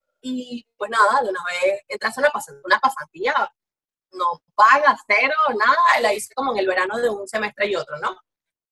Y pues nada, de una vez entras a una pasantía, una pasantía, no paga, cero, nada, la hice como en el verano de un semestre y otro, ¿no?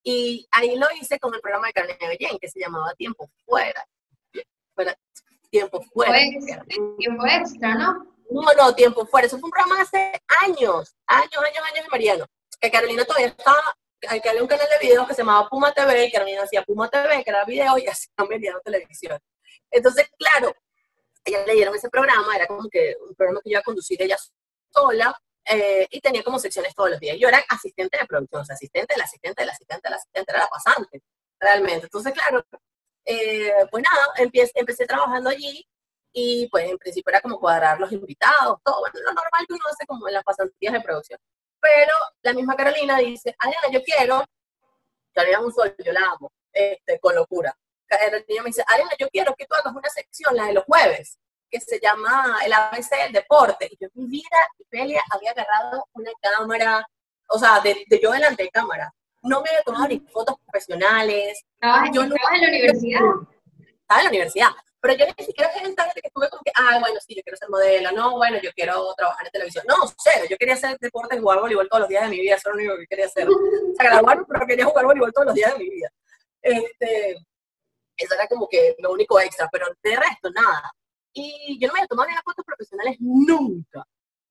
Y ahí lo hice con el programa de Carnegie Jane, que se llamaba Tiempo Fuera. Fuera Tiempo Fuera. Tiempo, tiempo extra, ¿no? No, no, Tiempo Fuera. Eso fue un programa hace años, años, años, años de Mariano. Que Carolina todavía estaba, que había un canal de videos que se llamaba Puma T V, y Carolina hacía Puma T V, que era video, y hacía Mariano Televisión. Entonces, claro, ella le dieron ese programa, era como que un programa que iba a conducir ella sola, eh, y tenía como secciones todos los días. Yo era asistente de producción, o sea, asistente, el asistente, el asistente, el asistente, era la pasante, realmente. Entonces, claro, eh, pues nada, empecé, empecé trabajando allí, y pues en principio era como cuadrar los invitados, todo, bueno, lo normal que uno hace como en las pasantías de producción. Pero la misma Carolina dice, Ariana, yo quiero, Carolina es un sol, yo la amo, este, con locura. Carolina me dice, Ariana, yo quiero que tú hagas una sección, la de los jueves, que se llama el A B C del deporte. Y yo en mi vida, Pelia, había agarrado una cámara, o sea, de, de yo delante de cámara. No me había tomado ni fotos profesionales. ¿Estabas, yo estabas no, en la universidad? Estaba en la universidad. Pero yo ni siquiera fui tan que estuve como que, ah, bueno, sí, yo quiero ser modelo, no, bueno, yo quiero trabajar en televisión. No, cero, yo quería hacer deporte, jugar voleibol todos los días de mi vida, eso es lo único que quería hacer. O sea, graduarme, pero quería jugar voleibol todos los días de mi vida. Este, eso era como que lo único extra, pero de resto, nada. Y yo no me había tomado ni las fotos profesionales nunca.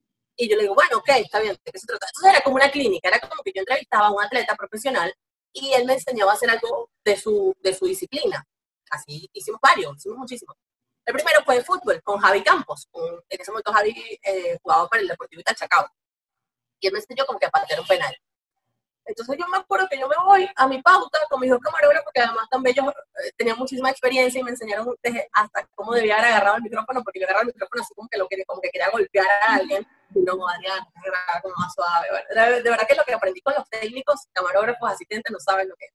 Y yo le digo, bueno, ok, está bien, ¿de qué se trata? Entonces era como una clínica, era como que yo entrevistaba a un atleta profesional y él me enseñaba a hacer algo de su, de su disciplina. Así hicimos varios, hicimos muchísimos. El primero fue de fútbol, con Javi Campos. Un, en ese momento Javi eh, jugaba para el Deportivo Itachacao. Y él me enseñó como que a patear un penal. Entonces yo me acuerdo que yo me voy a mi pauta con mis dos camarógrafos, porque además también ellos eh, tenían muchísima experiencia y me enseñaron desde hasta cómo debía haber agarrado el micrófono, porque yo agarraba el micrófono así como que, lo quería, como que quería golpear a alguien. Y no, Adrián, agarraba como más suave. Bueno, de, de verdad que lo que aprendí con los técnicos, camarógrafos, asistentes, no saben lo que es.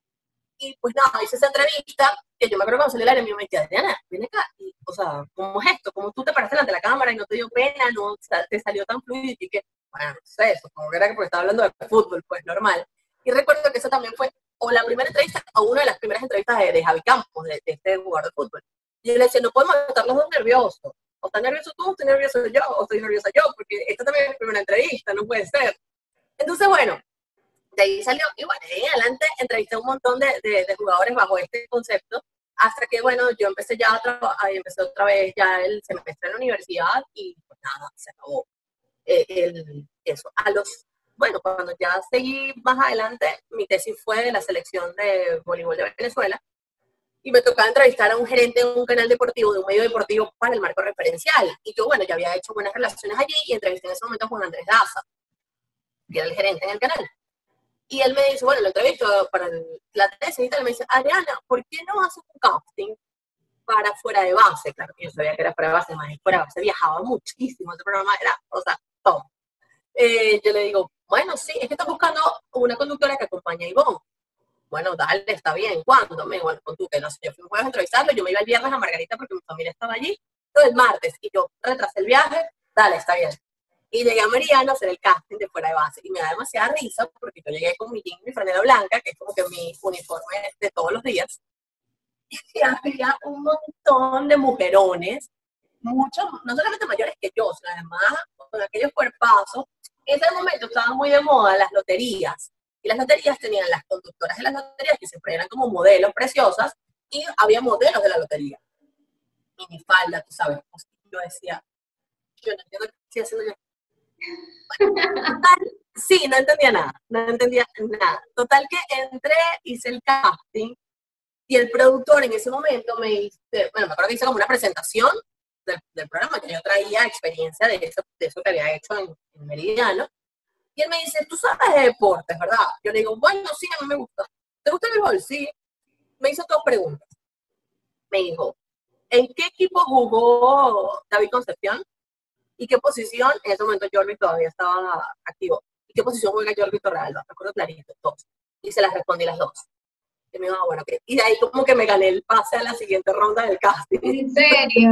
Y pues nada, hice esa entrevista, que yo me acuerdo cuando salí al aire, me decía, Adriana, ven acá, y, o sea, ¿cómo es esto? ¿Cómo tú te paraste delante de la cámara y no te dio pena, no te salió tan fluido? Y que, bueno, no sé, supongo que era porque estaba hablando de fútbol, pues normal. Y recuerdo que eso también fue o la primera entrevista o una de las primeras entrevistas de, de Javi Campos, de, de este jugador de fútbol. Y yo le decía, no podemos estar los dos nerviosos. O estás nervioso tú, o estoy nervioso yo, o estoy nerviosa yo, porque esta también es mi primera entrevista, no puede ser. Entonces, bueno, de ahí salió, y bueno, de ahí en adelante entrevisté a un montón de, de, de jugadores bajo este concepto, hasta que, bueno, yo empecé ya a trabajar, empecé otra vez ya el semestre en la universidad, y pues nada, se acabó eh, el, eso. A los, bueno, cuando ya seguí más adelante, mi tesis fue de la selección de voleibol de Venezuela, y me tocaba entrevistar a un gerente de un canal deportivo, de un medio deportivo para el marco referencial, y yo, bueno, ya había hecho buenas relaciones allí, y entrevisté en ese momento a Juan Andrés Daza, que era el gerente en el canal. Y él me dice, bueno, lo entrevisto para el, la tesis y tal, me dice, Adriana, ¿por qué no haces un casting para Fuera de Base? Claro, yo sabía que era Fuera de Base, más Fuera de Base viajaba muchísimo, ese programa era, o sea, todo. Eh, yo le digo, bueno, sí, es que estoy buscando una conductora que acompañe a Ivonne. Bueno, dale, está bien, ¿cuándo? Me bueno, con tú, que no sé, yo fui un jueves a entrevistarlo, yo me iba el viernes a Margarita porque mi familia estaba allí, todo el martes, y yo retrasé el viaje, dale, está bien. Y llegué a Mariano a hacer el casting de Fuera de Base. Y me da demasiada risa porque yo llegué con mi jean y mi franela blanca, que es como que mi uniforme de todos los días. Y había un montón de mujerones, muchos, no solamente mayores que yo, sino además con aquellos cuerpazos. En ese momento estaban muy de moda las loterías. Y las loterías tenían las conductoras de las loterías, que siempre eran como modelos preciosas, y había modelos de la lotería. Y mi falda, tú sabes, yo decía, yo no entiendo qué estoy haciendo yo. Total, sí, no entendía nada, no entendía nada. Total que entré, hice el casting y el productor en ese momento me dice, bueno, me acuerdo que hice como una presentación del, del programa, que yo traía experiencia de eso, de eso que había hecho en, en Meridiano, y él me dice, tú sabes de deportes, ¿verdad? Yo le digo, bueno, sí, a mí me gusta. ¿Te gusta el béisbol? Sí. Me hizo dos preguntas. Me dijo, ¿en qué equipo jugó David Concepción? ¿Y qué posición? En ese momento Jordi todavía estaba activo. ¿Y qué posición juega Jordi Torralba? Me acuerdo clarito, dos. Y se las respondí las dos. Y me dijo, ah, bueno, ¿qué? Y de ahí como que me gané el pase a la siguiente ronda del casting. ¿En serio?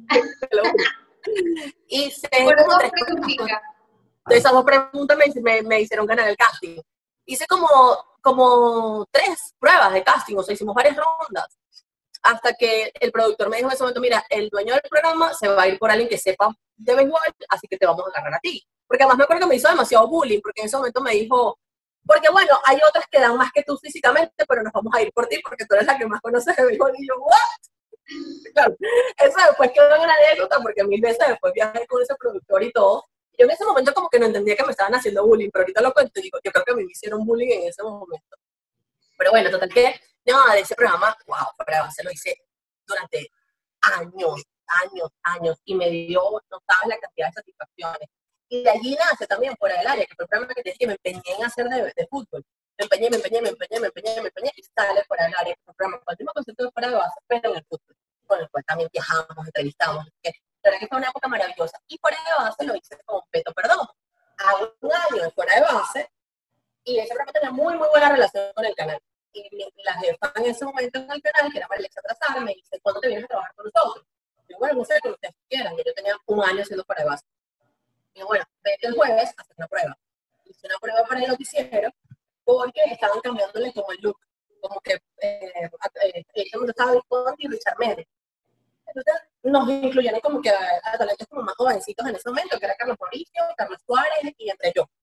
Y se Por como dos tres preguntitas. De esas dos preguntas me, me, me hicieron ganar el casting. Hice como como tres pruebas de casting, o sea, hicimos varias rondas, hasta que el productor me dijo en ese momento, mira, el dueño del programa se va a ir por alguien que sepa de béisbol, así que te vamos a agarrar a ti. Porque además me acuerdo que me hizo demasiado bullying, porque en ese momento me dijo, porque bueno, hay otras que dan más que tú físicamente, pero nos vamos a ir por ti porque tú eres la que más conoces de béisbol. Y yo, ¿what? Claro, eso después quedó en una anécdota, porque mil veces después viajé con ese productor y todo. Yo en ese momento como que no entendía que me estaban haciendo bullying, pero ahorita lo cuento y digo, yo creo que a mí me hicieron bullying en ese momento. Pero bueno, total que, no, de ese programa, wow, pero se lo hice durante años, años, años, y me dio, no sabes la cantidad de satisfacciones. Y de allí nace también fuera del área, que fue el programa que te dije que me empeñé en hacer de, de fútbol. Me empeñé, me empeñé, me empeñé, me empeñé, me empeñé, y sale fuera del área, que fue el programa con el mismo concepto de fuera de base, pero en el fútbol. Con el cual también viajamos, entrevistamos, que la verdad que fue una época maravillosa. Y fuera de base lo hice con Beto Perdón. Hago un año de fuera de base, y ese programa tenía muy, muy buena relación con el canal. Y la jefa en ese momento en el canal, que era María Alexa Trazar, me dice, ¿cuándo te vienes a trabajar con nosotros? Y bueno, no sé, con ustedes quieran. Y yo tenía un año haciendo fuera de base. Y bueno, vete el jueves a hacer una prueba. Hice una prueba para el noticiero porque estaban cambiándole como el look. Como que eh, eh, eh, estaba Bill Conti y Richard Méndez. Entonces nos incluyeron como que a, a talentos como más jovencitos en ese momento, que era Carlos Mauricio, Carlos Suárez y entre yo.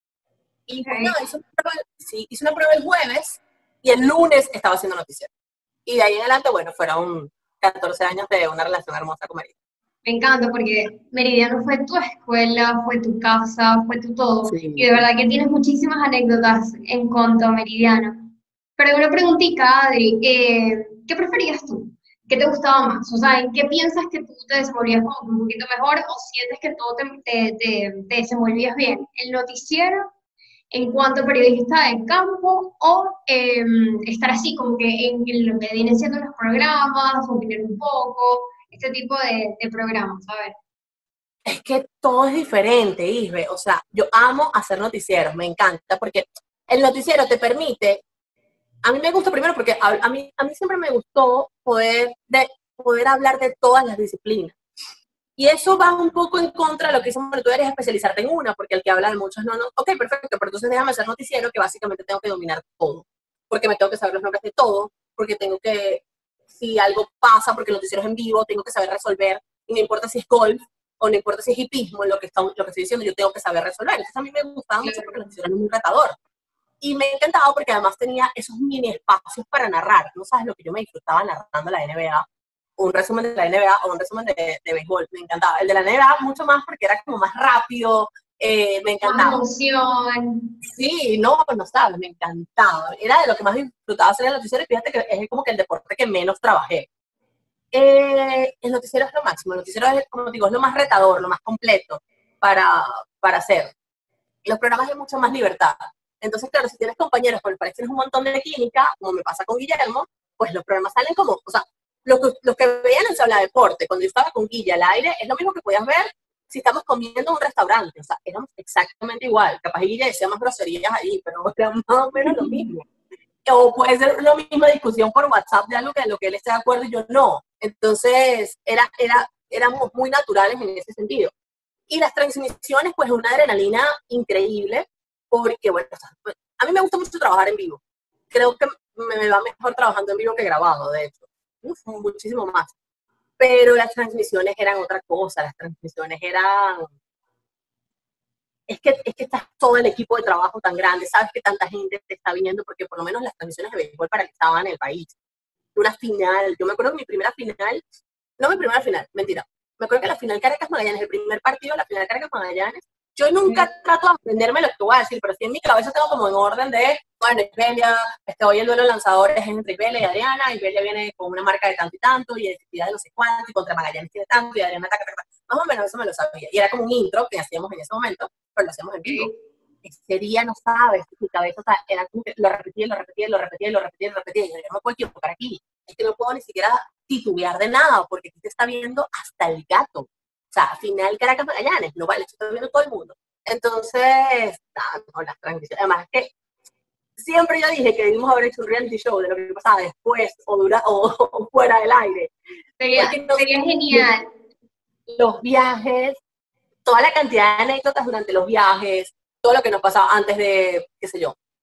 Y pues nada, hice una prueba, sí, hice una prueba el jueves y el lunes estaba haciendo noticiero. Y de ahí en adelante, bueno, fueron catorce años de una relación hermosa con María. Me encanta porque Meridiano fue tu escuela, fue tu casa, fue tu todo. Sí. Y de verdad que tienes muchísimas anécdotas en cuanto a Meridiano. Pero una preguntita, Adri, eh, ¿qué preferías tú? ¿Qué te gustaba más? O sea, ¿en qué piensas que tú te desenvolvías como que un poquito mejor o sientes que todo te, te, te, te desenvolvías bien? ¿El noticiero en cuanto a periodista de campo o eh, estar así como que en, en lo que vienen siendo los programas, opinar un poco, este tipo de, de programas, a ver? Es que todo es diferente, Isbe. O sea, yo amo hacer noticieros, me encanta, porque el noticiero te permite, a mí me gusta primero porque a, a, mí, a mí siempre me gustó poder, de, poder hablar de todas las disciplinas. Y eso va un poco en contra de lo que dicen, bueno, tú eres especializarte en una, porque el que habla de muchos no, no, ok, perfecto, pero entonces déjame hacer noticiero, que básicamente tengo que dominar todo, porque me tengo que saber los nombres de todo, porque tengo que, si algo pasa, porque el noticiero es en vivo, tengo que saber resolver, y no importa si es golf, o no importa si es hipismo, lo que, está, lo que estoy diciendo, yo tengo que saber resolver. Entonces a mí me gustaba mucho porque el noticiero era muy retador. Y me encantaba porque además tenía esos mini espacios para narrar. No sabes lo que yo me disfrutaba narrando la N B A, un resumen de la N B A o un resumen de, de béisbol, me encantaba. El de la N B A mucho más porque era como más rápido, eh, me encantaba. Más emoción. Sí, no, no sabes, me encantaba. Era de lo que más disfrutaba hacer el noticiero y fíjate que es como que el deporte que menos trabajé. Eh, el noticiero es lo máximo, el noticiero es, como digo, es lo más retador, lo más completo para, para hacer. Los programas hay mucha más libertad. Entonces, claro, si tienes compañeros con los cuales tienes un montón de química, como me pasa con Guillermo, pues los programas salen como, o sea, los que, los que veían en Sala de Deporte, cuando yo estaba con Guilla al aire, es lo mismo que podías ver si estamos comiendo en un restaurante, o sea, éramos exactamente igual. Capaz Guilla decía más groserías ahí, pero era más o menos lo mismo. O puede ser la misma discusión por WhatsApp de algo que de lo que él esté de acuerdo y yo no. Entonces, era, era, éramos muy naturales en ese sentido. Y las transmisiones, pues, una adrenalina increíble, porque, bueno, a mí me gusta mucho trabajar en vivo. Creo que me va mejor trabajando en vivo que grabado, de hecho. Uf, muchísimo más. Pero las transmisiones eran otra cosa, las transmisiones eran... Es que, es que estás todo el equipo de trabajo tan grande, sabes que tanta gente te está viendo, porque por lo menos las transmisiones de béisbol paralizaban el país. Una final, yo me acuerdo que mi primera final, no mi primera final, mentira, me acuerdo que la final Caracas-Magallanes, el primer partido, la final Caracas-Magallanes, yo nunca sí. trato de aprenderme lo que voy a decir, pero sí en mi cabeza tengo como en orden de, bueno, Isbelia, este, hoy el duelo de lanzadores es entre Isbelia y Adriana, Isbelia viene con una marca de tanto y tanto, y de de no sé cuánto, y contra Magallanes tiene tanto, y Adriana taca, taca, taca. Más o menos eso me lo sabía, y era como un intro que hacíamos en ese momento, pero lo hacíamos en vivo. Ese día, no sabes, mi cabeza, o sea, era como que lo repetía, lo repetía, lo repetía, lo repetía, lo repetía, y yo no me puedo equivocar aquí, es que no puedo ni siquiera titubear de nada, porque aquí te está viendo hasta el gato. O sea, final Caracas Magallanes, no vale, estoy viendo todo el mundo. Entonces, no, las transmisiones, además es que siempre yo dije que debimos haber hecho un reality show de lo que pasaba después o, dura, o, o fuera del aire. Sería, no, sería genial. Los viajes, toda la cantidad de anécdotas durante los viajes, todo lo que nos pasaba antes de, qué sé yo,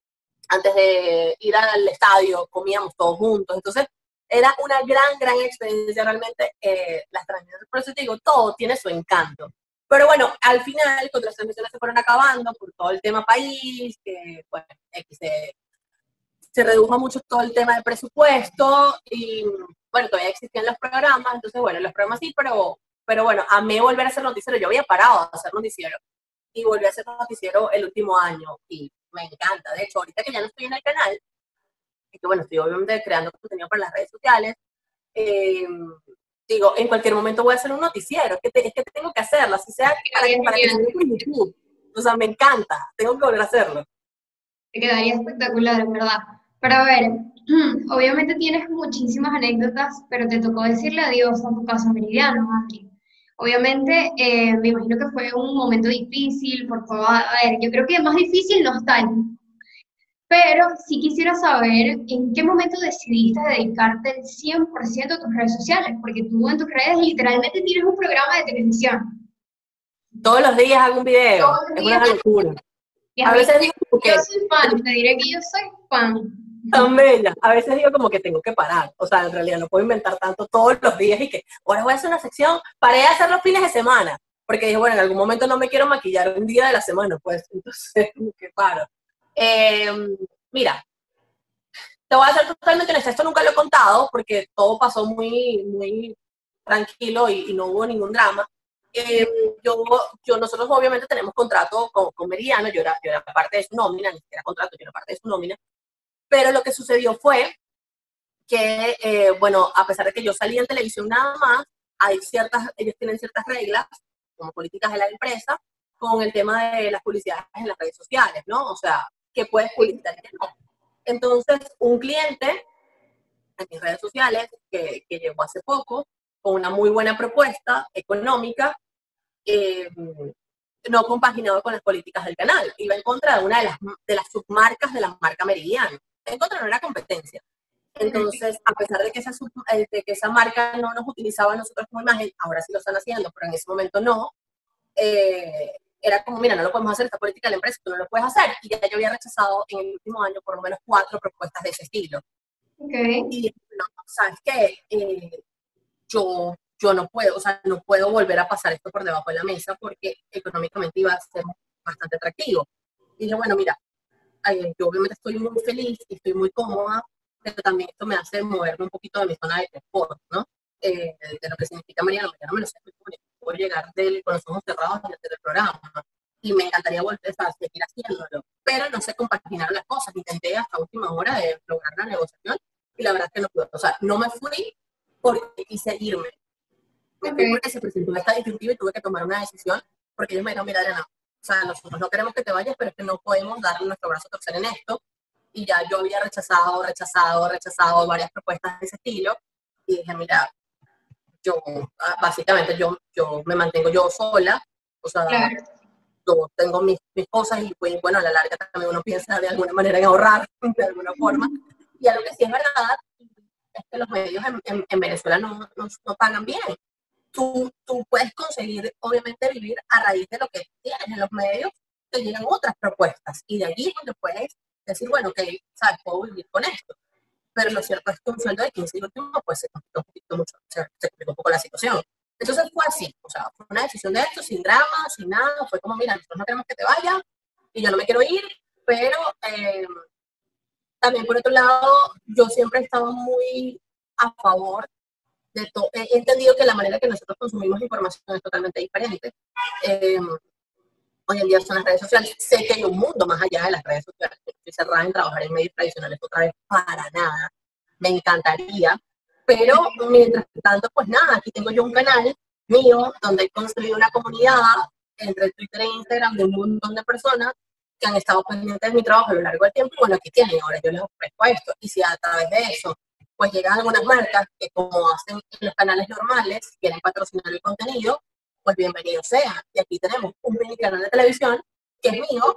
antes de ir al estadio, comíamos todos juntos. Entonces, era una gran, gran experiencia realmente eh, las transmisiones. Por eso te digo, todo tiene su encanto. Pero bueno, al final, cuando las transmisiones se fueron acabando por todo el tema país, que bueno, se, se redujo mucho todo el tema del presupuesto y bueno, todavía existían los programas, entonces bueno, los programas sí, pero, pero bueno, amé volver a hacer noticiero. Yo había parado de hacer noticiero y volví a hacer noticiero el último año y me encanta. De hecho, ahorita que ya no estoy en el canal, y que bueno, estoy obviamente creando contenido para las redes sociales, eh, digo, en cualquier momento voy a hacer un noticiero, es que, te, es que tengo que hacerlo, así sea para, que, para que se vea por YouTube. O sea, me encanta, tengo que volver a hacerlo. Te quedaría espectacular, en verdad. Pero a ver, obviamente tienes muchísimas anécdotas, pero te tocó decirle adiós a tu caso meridiano, Adri. Obviamente, eh, me imagino que fue un momento difícil, por todo, a ver, yo creo que más difícil no está, pero sí quisiera saber en qué momento decidiste dedicarte el cien por ciento a tus redes sociales, porque tú en tus redes literalmente tienes un programa de televisión. Todos los días hago un video, Todos los es días. una locura. Y a, a veces digo como que... Yo soy fan, te diré que yo soy fan. Tan bella. A veces digo como que tengo que parar. O sea, en realidad no puedo inventar tanto todos los días y que ahora voy a hacer una sección. Paré de hacer los fines de semana. Porque dije, bueno, en algún momento no me quiero maquillar un día de la semana, pues. Entonces, como que paro. Eh, mira, te voy a hacer totalmente honesta. Esto nunca lo he contado porque todo pasó muy, muy tranquilo y, y no hubo ningún drama. Eh, yo, yo, nosotros obviamente tenemos contrato con, con Meridiano. Yo era, yo era parte de su nómina, ni siquiera contrato, yo era parte de su nómina. Pero lo que sucedió fue que, eh, bueno, a pesar de que yo salí en televisión nada más, hay ciertas, ellos tienen ciertas reglas, como políticas de la empresa, con el tema de las publicidades en las redes sociales, ¿no? O sea, ¿qué puedes publicitar y qué no? Entonces, un cliente en mis redes sociales, que, que llegó hace poco, con una muy buena propuesta económica, eh, no compaginado con las políticas del canal. Iba en contra de una de las, de las submarcas de la marca Meridiano. En contra de una competencia. Entonces, a pesar de que, esa, de que esa marca no nos utilizaba nosotros como imagen, ahora sí lo están haciendo, pero en ese momento no, eh, era como, mira, no lo podemos hacer, esta política de la empresa, tú no lo puedes hacer. Y ya yo había rechazado en el último año por lo menos cuatro propuestas de ese estilo. Okay. Y dije, no, ¿sabes qué? Eh, yo, yo no puedo, o sea, no puedo volver a pasar esto por debajo de la mesa porque económicamente iba a ser bastante atractivo. Y dije, bueno, mira, yo obviamente estoy muy feliz y estoy muy cómoda, pero también esto me hace moverme un poquito de mi zona de confort, ¿no? Eh, de lo que significa Mariano, Mariano me lo sé, puedo llegar del, con los ojos cerrados y hacer el programa, ¿no? Y me encantaría volver a seguir haciéndolo, pero no sé compaginar las cosas. Intenté hasta última hora de lograr la negociación y la verdad es que no pude. O sea, no me fui porque quise irme. Me fui porque se presentó esta disyuntiva y tuve que tomar una decisión porque ellos me dijeron, mira, Adriana, o sea, nosotros no queremos que te vayas, pero es que no podemos darle nuestro brazo a torcer en esto. Y ya yo había rechazado, rechazado, rechazado varias propuestas de ese estilo. Y dije, mira, yo, básicamente, yo, yo me mantengo yo sola. O sea, claro. Yo tengo mis, mis cosas y pues, bueno, a la larga también uno piensa de alguna manera en ahorrar, de alguna forma. Y algo que sí es verdad es que los medios en, en, en Venezuela no, no, no pagan bien. Tú, tú puedes conseguir, obviamente, vivir a raíz de lo que tienes en los medios, te llegan otras propuestas y de allí es donde puedes decir, bueno, ok, sabes, puedo vivir con esto. Pero lo cierto es que un sueldo de quince y último, pues se complicó un poquito mucho, se, se complicó un poco la situación. Entonces fue así, o sea, fue una decisión de esto, sin drama, sin nada, fue como, mira, nosotros no queremos que te vayas y yo no me quiero ir, pero eh, también por otro lado, yo siempre he estado muy a favor de todo. He entendido que la manera que nosotros consumimos información es totalmente diferente. Eh, hoy en día son las redes sociales. Sé que hay un mundo más allá de las redes sociales. Estoy cerrada en trabajar en medios tradicionales otra vez para nada. Me encantaría. Pero mientras tanto, pues nada, aquí tengo yo un canal mío donde he construido una comunidad entre Twitter e Instagram de un montón de personas que han estado pendientes de mi trabajo a lo largo del tiempo. Y bueno, aquí tienen, ahora yo les ofrezco esto. Y si a través de eso pues llegan algunas marcas que, como hacen en los canales normales, quieren patrocinar el contenido, pues bienvenido sea. Y aquí tenemos un mini canal de televisión que es mío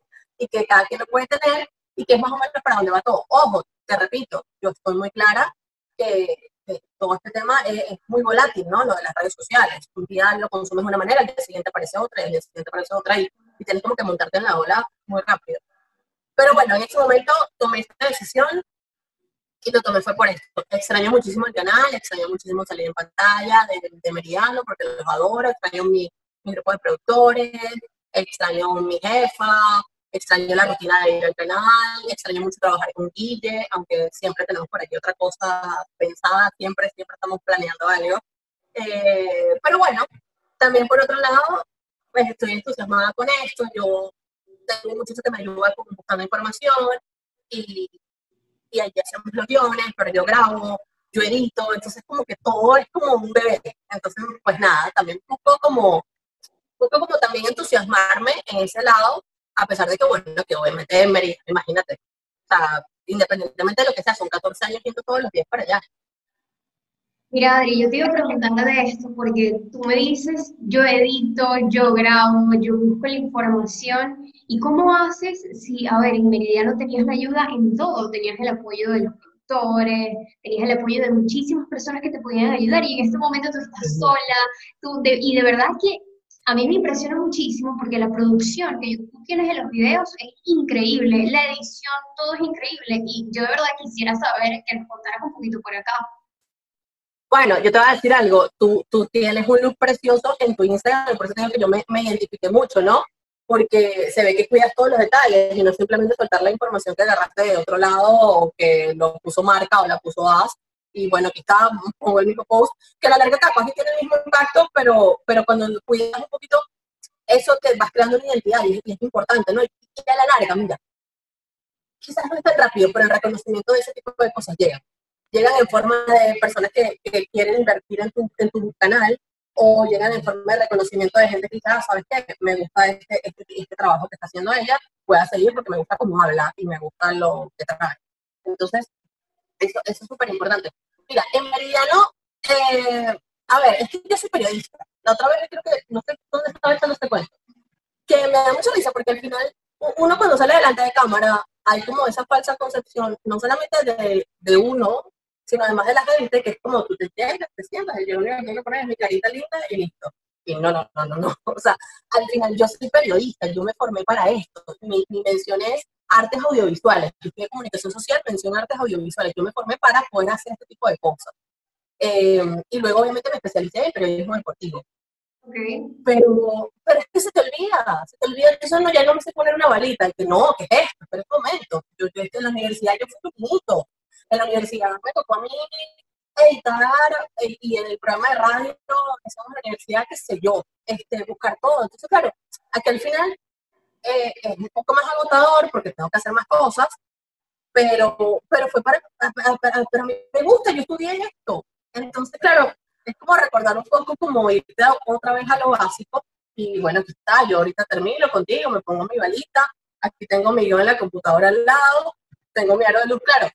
y que cada quien lo puede tener y que es más o menos para dónde va todo. Ojo, te repito, yo estoy muy clara que, que todo este tema es, es muy volátil, ¿no? Lo de las redes sociales. Un día lo consumes de una manera, el día siguiente aparece otra, y el día siguiente aparece otra, y, y tienes como que montarte en la ola muy rápido. Pero bueno, en ese momento tomé esta decisión y lo tomé fue por esto. Extraño muchísimo el canal, extraño muchísimo salir en pantalla de, de Meridiano porque los adoro, extraño mi, mi grupo de productores, extraño mi jefa, extraño la rutina de ir al canal, extraño mucho trabajar con Guille, aunque siempre tenemos por aquí otra cosa pensada, siempre, siempre estamos planeando algo. Eh, pero bueno, también por otro lado, pues estoy entusiasmada con esto, yo tengo un muchacho que me ayuda con, buscando información y, y ahí hacemos los guiones, pero yo grabo, yo edito, entonces como que todo es como un bebé. Entonces, pues nada, también un poco como, un poco como también entusiasmarme en ese lado, a pesar de que, bueno, que obviamente, Mary, imagínate, o sea, independientemente de lo que sea, son catorce años yendo todos los días para allá. Mira, Adri, yo te iba a preguntar de esto porque tú me dices, yo edito, yo grabo, yo busco la información. ¿Y cómo haces si, a ver, en Meridiano tenías la ayuda en todo? Tenías el apoyo de los productores, tenías el apoyo de muchísimas personas que te podían ayudar y en este momento tú estás sola. Tú de- y de verdad que a mí me impresiona muchísimo porque la producción que tú tienes en los videos es increíble, la edición, todo es increíble y yo de verdad quisiera saber que nos contaras un poquito por acá. Bueno, yo te voy a decir algo, tú, tú tienes un look precioso en tu Instagram, por eso tengo que yo me, me identifiqué mucho, ¿no? Porque se ve que cuidas todos los detalles y no simplemente soltar la información que agarraste de otro lado o que lo puso marca o la puso as. Y bueno, aquí está, pongo el mismo post, que a la larga capaz que tiene el mismo impacto, pero, pero cuando cuidas un poquito, eso te vas creando una identidad y es, y es importante, ¿no? Y a la larga, mira, quizás no es tan rápido, pero el reconocimiento de ese tipo de cosas llega. Llegan en forma de personas que, que quieren invertir en tu, en tu canal o llegan en forma de reconocimiento de gente que dice, ah, ¿sabes qué? Me gusta este, este, este trabajo que está haciendo ella, voy a seguir porque me gusta cómo habla y me gusta lo que trae. Entonces, eso, eso es súper importante. Mira, en Meridiano, eh, a ver, es que yo soy periodista. La otra vez creo que, no sé dónde estaba echando este cuento, que me da mucha risa porque al final uno cuando sale delante de cámara hay como esa falsa concepción, no solamente de, de uno, sino además de la gente, que es como tú te llegas, te sientas, y yo lo único que tengo que poner es mi carita linda y listo. Y no, no, no, no, no. O sea, al final yo soy periodista, yo me formé para esto. Mi, mi mención es artes audiovisuales. Yo estoy de comunicación social, mención artes audiovisuales. Yo me formé para poder hacer este tipo de cosas. Eh, y luego, obviamente, me especialicé en periodismo deportivo. Okay. Pero, pero es que se te olvida, se te olvida, eso no, ya no me sé poner una balita, y que no, ¿qué es esto? Pero un momento, yo, yo en la universidad yo fui pequeñito, en la universidad me tocó a mí editar eh, y en el programa de radio, estamos en la universidad, qué sé yo, este, buscar todo, entonces claro, aquí al final eh, es un poco más agotador porque tengo que hacer más cosas, pero, pero fue para, para, para, para mí me gusta, yo estudié esto. Entonces, claro, es como recordar un poco como irte otra vez a lo básico. Y bueno, aquí está, yo ahorita termino contigo, me pongo mi balita, aquí tengo mi guión en la computadora al lado, tengo mi aro de luz, claro.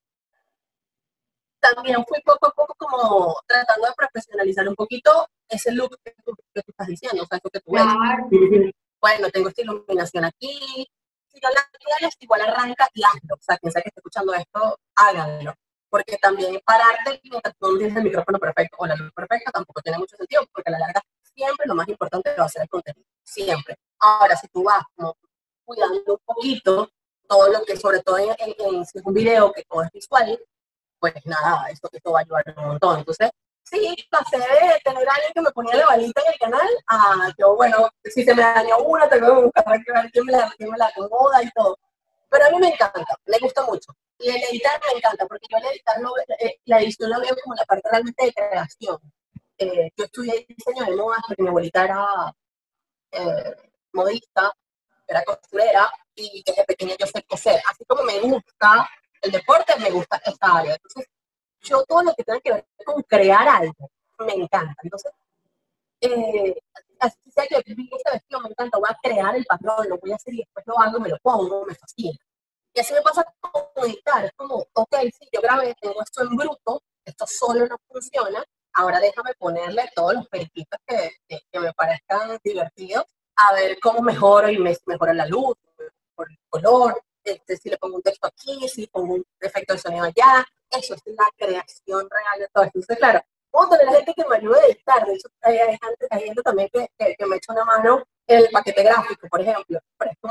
También fui poco a poco como tratando de profesionalizar un poquito ese look que tú, que tú estás diciendo, o sea, eso que tú ves. Claro. Bueno, tengo esta iluminación aquí, si yo la quiero, igual arranca y hazlo. O sea, quien sea que esté escuchando esto, háganlo. Porque también pararte mientras tú tienes el micrófono perfecto o la luz perfecta tampoco tiene mucho sentido, porque a la larga siempre lo más importante va a ser el contenido. Siempre. Ahora, si tú vas como cuidando un poquito todo lo que, sobre todo en, en, en si es un video que todo es visual, pues nada, esto, esto va a ayudar un montón. Entonces, sí, pasé de tener a alguien que me ponía la balita en el canal a yo, bueno, si se me dañó una, tengo que buscar a ver quién me la, quién me la acomoda y todo. Pero a mí me encanta, me gusta mucho. Y el editar me encanta, porque yo el editar, lo, eh, la edición la veo como la parte realmente de creación. Eh, yo estudié diseño de modas porque mi abuelita era eh, modista, era costurera, y desde pequeña yo sé coser. Así como me gusta el deporte, me gusta esta área. Entonces, yo todo lo que tenga que ver con crear algo, me encanta. Entonces, eh, así sea que vi este vestido, me encanta, voy a crear el patrón, lo voy a hacer y después lo hago, me lo pongo, me fascina. Y así me pasa con editar, es como, ok, sí, yo grabé, tengo esto en bruto, esto solo no funciona, ahora déjame ponerle todos los periquitos que, que, que me parezcan divertidos, a ver cómo mejoro y me mejora la luz, por el color, este, si le pongo un texto aquí, si pongo un efecto de sonido allá, eso es la creación real de todo esto. Entonces, claro, puedo tener gente que me ayude a editar, de hecho, hay gente, hay gente también que, que, que me echa una mano en el paquete gráfico, por ejemplo, pero es como,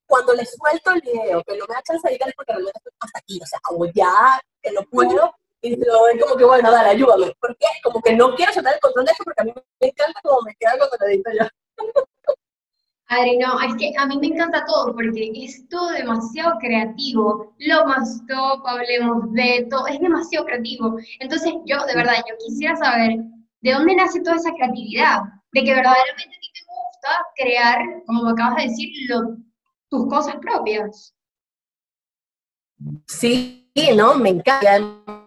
cuando le suelto el video, que no me da chance de editar es porque realmente estoy hasta aquí, o sea, o ya que no puedo, y lo ven como que, bueno, dale, ayúdame. Porque como que no quiero soltar el control de esto porque a mí me encanta como me queda cuando lo edito yo. Adri, no, es que a mí me encanta todo porque es todo demasiado creativo. Lo más top, hablemos de todo, es demasiado creativo. Entonces yo, de verdad, yo quisiera saber de dónde nace toda esa creatividad, de que verdaderamente a ti te gusta crear, como me acabas de decir, lo- tus cosas propias. Sí, no, me encanta.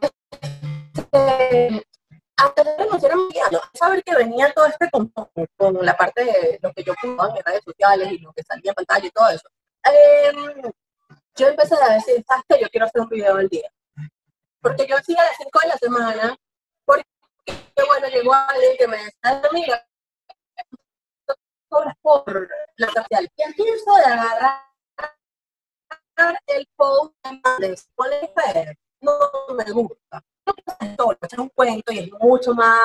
Eh, Antes de renunciar a mi vida, ¿no? Saber que venía todo este con, con la parte de lo que yo publicaba en mis redes sociales y lo que salía en pantalla y todo eso. Eh, yo empecé a decir, ¿sabes qué? Yo quiero hacer un video al día. Porque yo hacía las cinco de la semana, porque, bueno, llegó alguien que me decía, mira, cobras por la social. Y empiezo de agarrar el post de Spotify, no me gusta. Todo, es un cuento y es mucho más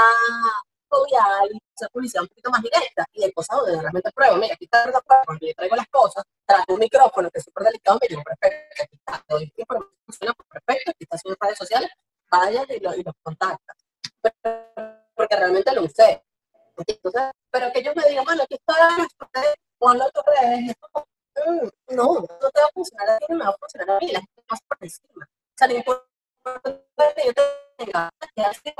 jovial y hacer publicidad un poquito más directa y de cosas donde realmente pruebo. Mira, aquí está la prueba, cuando yo traigo las cosas, traigo un micrófono que es súper delicado, me digo, perfecto, aquí está, te doy información, funciona perfecto, aquí está en redes sociales, vayan y, lo, y los contactan. Porque realmente lo usé. Entonces, pero que ellos me digan, bueno, aquí está nuestro red, ponlo en tus redes, y es como, mm, no, no te va a funcionar a ti, no me va a funcionar a mí, la gente pasa por encima. O sea, no importa que yo tenga, que hace,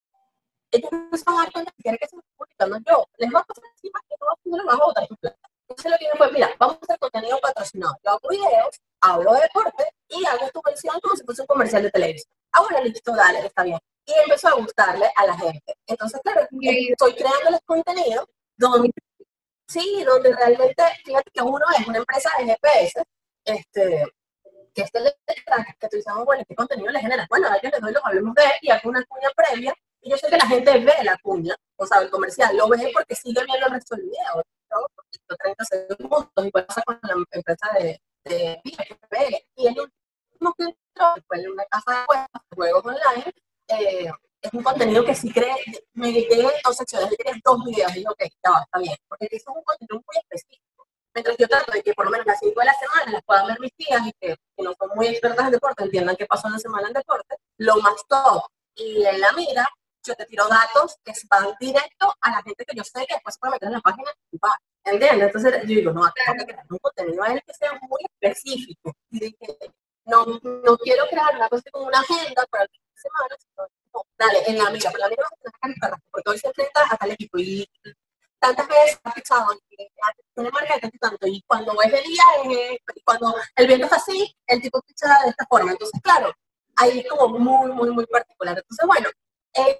ellos no se van a dar cuenta que quieren que se esté publicando yo, les va a pasar encima que no va a funcionar, vas a botar tu plata. Entonces lo que yo fue, mira, vamos a hacer contenido patrocinado. Yo hago videos, hablo de deporte y hago tu mención como si fuese un comercial de televisión. Ah, bueno, listo, dale, está bien. Y empezó a gustarle a la gente. Entonces, claro, Increíble. estoy creándoles contenido donde, sí, donde realmente, fíjate que uno es una empresa de G P S, este, que este le que tú dices, bueno, ¿qué contenido le genera? Bueno, a ellos les doy los hablemos de y hago una cuña previa, y yo sé que la gente ve la cuña, o sea, el comercial, lo ve porque sigue viendo el resto del video, ¿no? Porque treinta segundos, y pasa con la empresa de, de P P, y el último que entró, fue en una casa de juegos, juegos online, eh, es un contenido que sí cree, me llegué a dos secciones, llegué dos videos, y digo, ok, ya va, está bien, porque es un contenido muy específico. Mientras yo trato de que por lo menos las cinco de la semana las puedan ver mis tías y que, que no son muy expertas en deporte, entiendan qué pasó en la semana en deporte, lo más top y en la mira, yo te tiro datos que van directo a la gente que yo sé que después se puede meter en la página y va, ¿entiendes? Entonces yo digo, no, tengo que crear un contenido a él que sea muy específico y de que no, no quiero crear una cosa como una agenda para el fin de semana, sino, no, dale, en la mira, pero la mira vas a tener que buscar, porque hoy se enfrenta hasta el equipo y tantas veces has pensado que tiene marca de tanto y tanto, y cuando ves el día, eh, cuando el viento es así, el tipo picha de esta forma. Entonces, claro, ahí es como muy, muy, muy particular. Entonces, bueno, eh,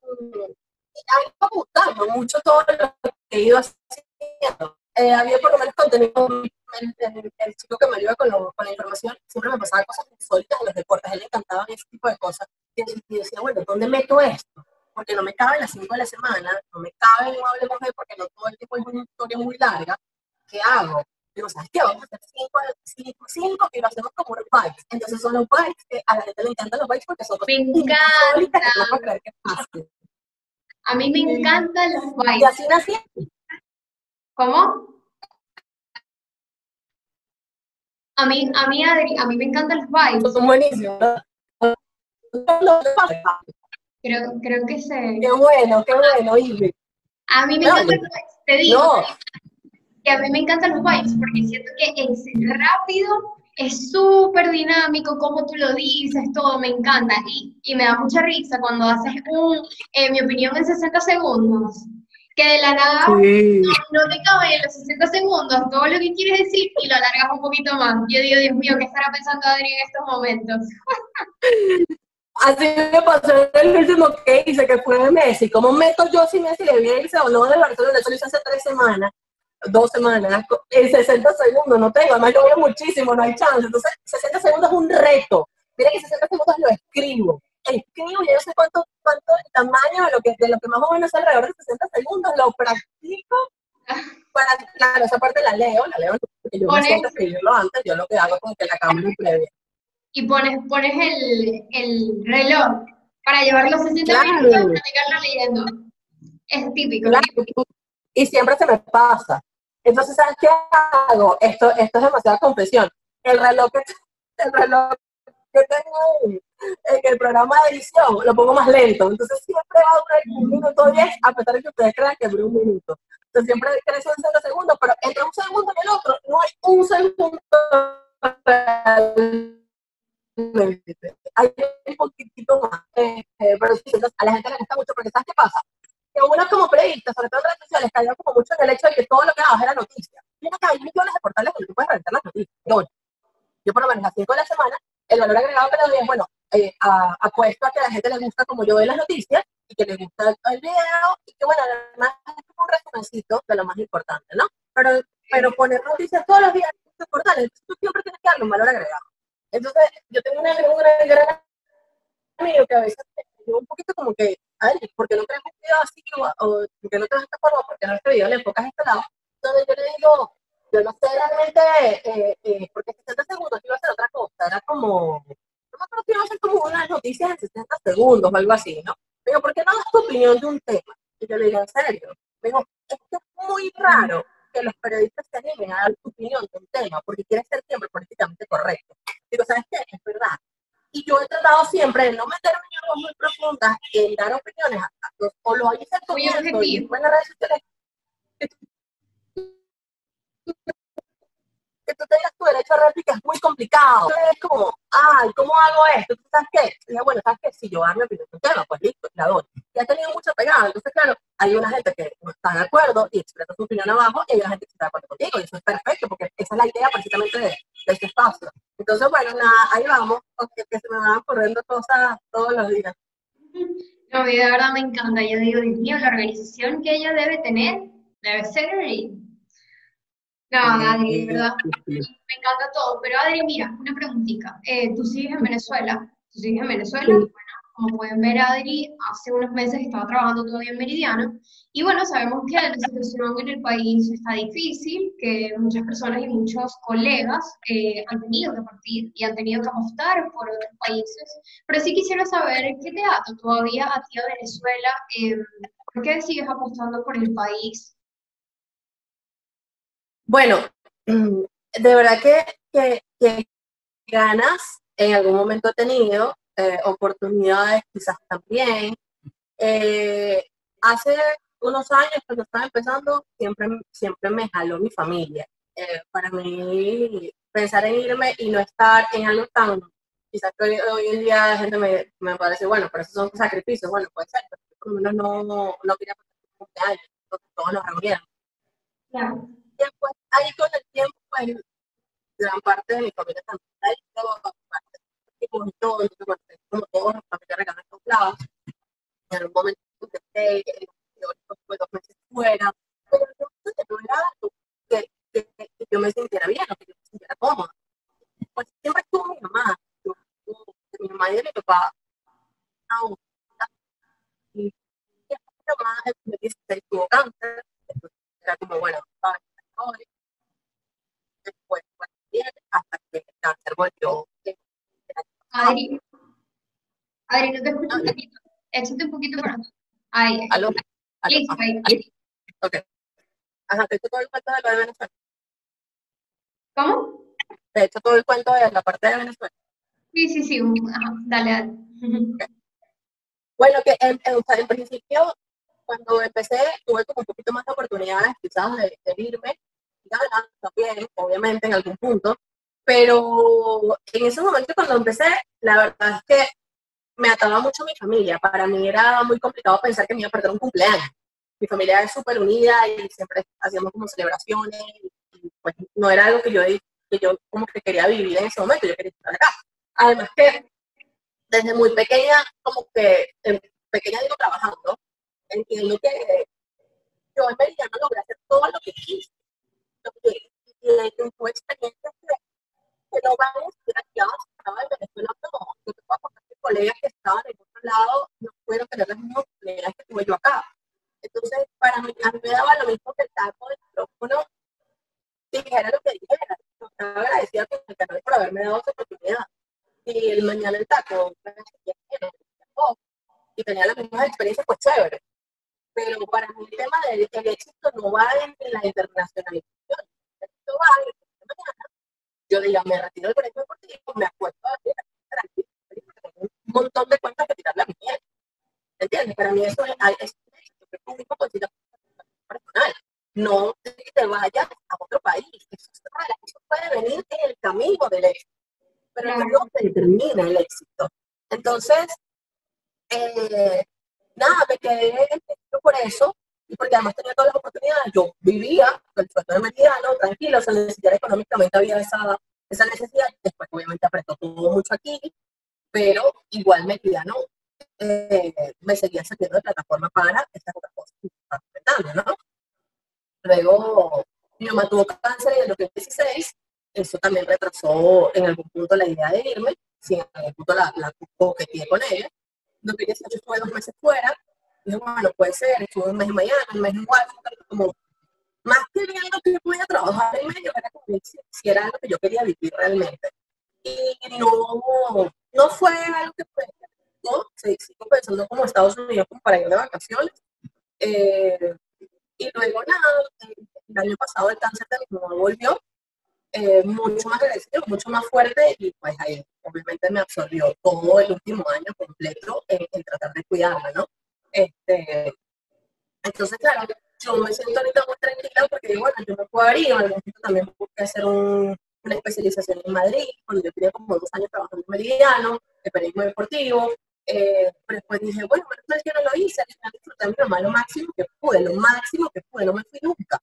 a mí me va gustando mucho todo lo que he ido haciendo. Eh, había por lo menos contenido, el, el, el chico que me ayuda con, lo, con la información, siempre me pasaba cosas insólitas en los deportes, a él le encantaban ese tipo de cosas. Y yo decía, bueno, ¿dónde meto esto? Porque no me cabe en las cinco de la semana, no me cabe en un Hablemos de porque no todo el tiempo es una historia muy larga. ¿Qué hago? Digo, ¿sabes qué? Vamos a hacer cinco, cinco, cinco y lo hacemos como unos bikes. Entonces son los bikes que a la gente le encantan los bikes porque son Me cosas insólitas encanta. que no puedo creer que pasen. A mí me encantan los Y vibes. así nací. ¿Cómo? A mí, a mí, Adri, a mí me encantan los vibes. Son buenísimos. Creo, creo que se... Qué bueno, qué bueno, Ivy. A mí me No, encantan los vibes. Te digo no, que a mí me encantan los vibes porque siento que es rápido, es súper dinámico, como tú lo dices, todo me encanta. Y, y me da mucha risa cuando haces un, en mi opinión, en sesenta segundos. Que de la nada sí. no, no te cabe en los sesenta segundos todo lo que quieres decir y lo alargas un poquito más. Yo digo, Dios mío, ¿qué estará pensando Adri en estos momentos? Así me pasó en el último que hice, que fue de Messi. ¿Cómo meto yo si Messi le viene irse o no de Barcelona? Eso lo hice hace tres semanas, dos semanas, en sesenta segundos, no tengo, además yo veo muchísimo, no hay chance. Entonces, sesenta segundos es un reto. Mira que sesenta segundos lo escribo. Escribo, ya yo sé cuánto, cuánto el tamaño de lo, que, de lo que más o menos es alrededor de sesenta segundos, lo practico. Para, claro, esa parte la leo, la leo, porque yo me Pones, siento a escribirlo antes, yo lo que hago es como que la cámara es previa. y pones, pones el, el reloj para llevar los sesenta minutos Claro, y practicarlo leyendo. Es típico, claro, típico. y siempre se me pasa. Entonces, ¿sabes qué hago? Esto, esto es demasiada confesión. El reloj que, el reloj que tengo en, en el programa de edición lo pongo más lento. Entonces, siempre va a durar un minuto diez, a pesar de que ustedes crean que dura un minuto. Entonces, siempre crece un solo segundo, pero entre un segundo y el otro no hay un segundo. Hay un poquitito más. Eh, eh, pero sí, a la gente le gusta mucho, porque ¿sabes qué pasa? Que uno como periodista, sobre todo en redes sociales, cayó como mucho en el hecho de que todo lo que hagas era noticia. Mira que hay millones de portales donde tú puedes reventar las noticias. Yo, yo por lo menos a cinco de la semana, el valor agregado que le doy es, bueno, eh, a, apuesto a que a la gente le gusta como yo doy las noticias y que le gusta el, el video y que, bueno, además es como un resumencito de lo más importante, ¿no? Pero, pero poner noticias todos los días en estos portales, tú siempre tienes que darle un valor agregado. Entonces, yo tengo una, una gran amigo que a veces yo un poquito como que, ay, ¿por qué no creas un video así? O, o ¿por qué no creas esta forma? ¿Por qué no este video le enfocas a este lado? Entonces yo le digo, yo no sé realmente, eh, eh, porque sesenta segundos iba a ser otra cosa, era como, no me acuerdo que iba a ser como unas noticias en sesenta segundos o algo así, ¿no? Me digo, ¿por qué no das tu opinión de un tema? Y yo le digo, ¿en serio? Me digo, es que es muy raro que los periodistas se animen a dar su opinión de un tema, porque quiere ser siempre políticamente correcto. Digo, ¿sabes qué? Es verdad. Y yo he tratado siempre de no meterme en algo muy profundas, en dar opiniones, a, a, o lo hice al Muy comienzo y objetivo. después en las redes sociales, que tú, que tú tengas tu derecho a réplica es muy complicado. Es como, ay, ¿cómo hago esto? ¿Tú sabes qué? Y yo, bueno, ¿sabes qué? Si yo dar mi opinión de un tema, pues listo, la doy. Y ha tenido mucha pegada. Entonces, claro, hay una gente que no está de acuerdo y expresa su opinión abajo, y hay una gente que está de acuerdo contigo, y eso es perfecto, porque esa es la idea precisamente de, de este espacio. Entonces, bueno, nada, ahí vamos, porque que se me van ocurriendo cosas todos los días. No, a mí de verdad me encanta. Yo digo, Dios mío, la organización que ella debe tener debe ser. No, Adri, de verdad, me encanta todo. Pero Adri, mira, una preguntita. Eh, tú sigues en Venezuela, tú sigues en Venezuela. Bueno, como pueden ver, Adri hace unos meses estaba trabajando todavía en Meridiano. Y bueno, sabemos que la situación en el país está difícil, que muchas personas y muchos colegas eh, han tenido que partir y han tenido que apostar por otros países. Pero sí quisiera saber qué te ata todavía a ti a Venezuela. Eh, ¿por qué sigues apostando por el país? Bueno, mm, de verdad que, que, que ganas en algún momento he tenido, eh, oportunidades quizás también. Eh, hace unos años, cuando estaba empezando, siempre, siempre me jaló mi familia. Eh, para mí, pensar en irme y no estar en algo tan, quizás que hoy, hoy en día la gente me, me parece, bueno, pero esos son sacrificios, bueno, puede ser, pero por lo menos no, no quería pasar un cumpleaños, entonces todos nos reunieron. Claro. Y después, ahí con el tiempo, pues, gran parte de mi familia también está ahí, todo, parte de y todo, entonces, bueno, como todos los familiares regalan a todos lados, en algún momento intenté, yo fue dos meses fuera, pero yo no era algo que, que, que yo me sintiera bien o que yo me sintiera cómoda. Pues siempre estuvo mi mamá, yo, mi mamá y de mi papá, no, y después mi mamá en dos mil dieciséis tuvo cáncer, entonces era como, bueno, ¿sabes? Después, pues, bien, hasta que el cáncer volvió. Adri, Adri, no te escucho un poquito. Échate un poquito para. Ahí, ahí. Aló, aló, Listo, ajá, ahí. ok. Ajá, te he hecho todo el cuento de lo de Venezuela. ¿Cómo? Te he hecho todo el cuento de la parte de Venezuela. Sí, sí, sí. un- Ajá, dale, dale. Okay. Bueno, que en, en, o sea, en principio, cuando empecé, tuve como un poquito más de oportunidades quizás de, de irme, y ganas también, obviamente, en algún punto, pero en ese momento cuando empecé, la verdad es que me ataba mucho mi familia. Para mí era muy complicado pensar que me iba a perder un cumpleaños. Mi familia es súper unida y siempre hacíamos como celebraciones, y pues no era algo que yo, que yo como que quería vivir en ese momento, yo quería estar acá. Además que desde muy pequeña, como que, en pequeña digo trabajando, entiendo que yo en Meridiano logré hacer todo lo que quise. Lo que, y de que tuve experiencias que, que no van a ser aquí estaba en Venezuela, no. Yo te puedo contar que colegas que estaban en otro lado no pudieron tener las mismas oportunidades que tuve yo acá. Entonces, para mí, a mí me daba lo mismo que el taco del micrófono dijera lo que dijera. Yo estaba agradecida con el canal por haberme dado esa oportunidad. Y el mañana el taco, y tenía las mismas experiencias, pues chévere. pero para mí el tema del el éxito no va en, en la internacionalización. El éxito va en que mañana yo diga, me retiro del colegio deportivo, me acuesto a la tranquilo, porque tengo un montón de cuentas que tirarle a mi cliente. ¿Entiendes? Para mí eso es, es un éxito, que tú mismo consideras personal. No que te vayas a otro país. Eso, eso puede venir en el camino del éxito, pero claro, no determina el éxito. Entonces, eh, nada, me quedé por eso, y porque además tenía todas las oportunidades. Yo vivía con el sueldo de mediano, tranquilo, o sea, necesidad económicamente había esa, esa necesidad. Después, obviamente, apretó todo mucho aquí, pero igual mediano eh, me seguía saliendo de plataforma para estas otras cosas que estaba comentando, ¿no? Luego, mi mamá tuvo cáncer en el dos mil dieciséis, eso también retrasó en algún punto la idea de irme, si en algún punto la, la coqueteé con ella. En dos mil dieciocho estuve dos meses fuera, dije, bueno, puede ser, estuve un mes en Miami, un mes en Washington, como más que viendo que podía trabajar en medio, era como si, si era algo que yo quería vivir realmente. Y no, no fue algo que fue, no, sí, sigo pensando como Estados Unidos, como para ir de vacaciones. Eh, y luego nada, el año pasado el cáncer de mi mamá volvió, eh, mucho más agresivo, mucho más fuerte, y pues ahí obviamente me absorbió todo el último año completo en, en tratar de cuidarla, ¿no? Este, entonces, claro, yo me siento ahorita muy tranquila porque digo, bueno, yo me puedo abrir, en algún momento también busqué hacer un, una especialización en Madrid, cuando yo tenía como dos años trabajando en Meridiano, de periodismo deportivo, eh, pero después dije, bueno, bueno, no es que no lo hice, al final disfruté mi mamá lo máximo que pude, lo máximo que pude, no me fui nunca,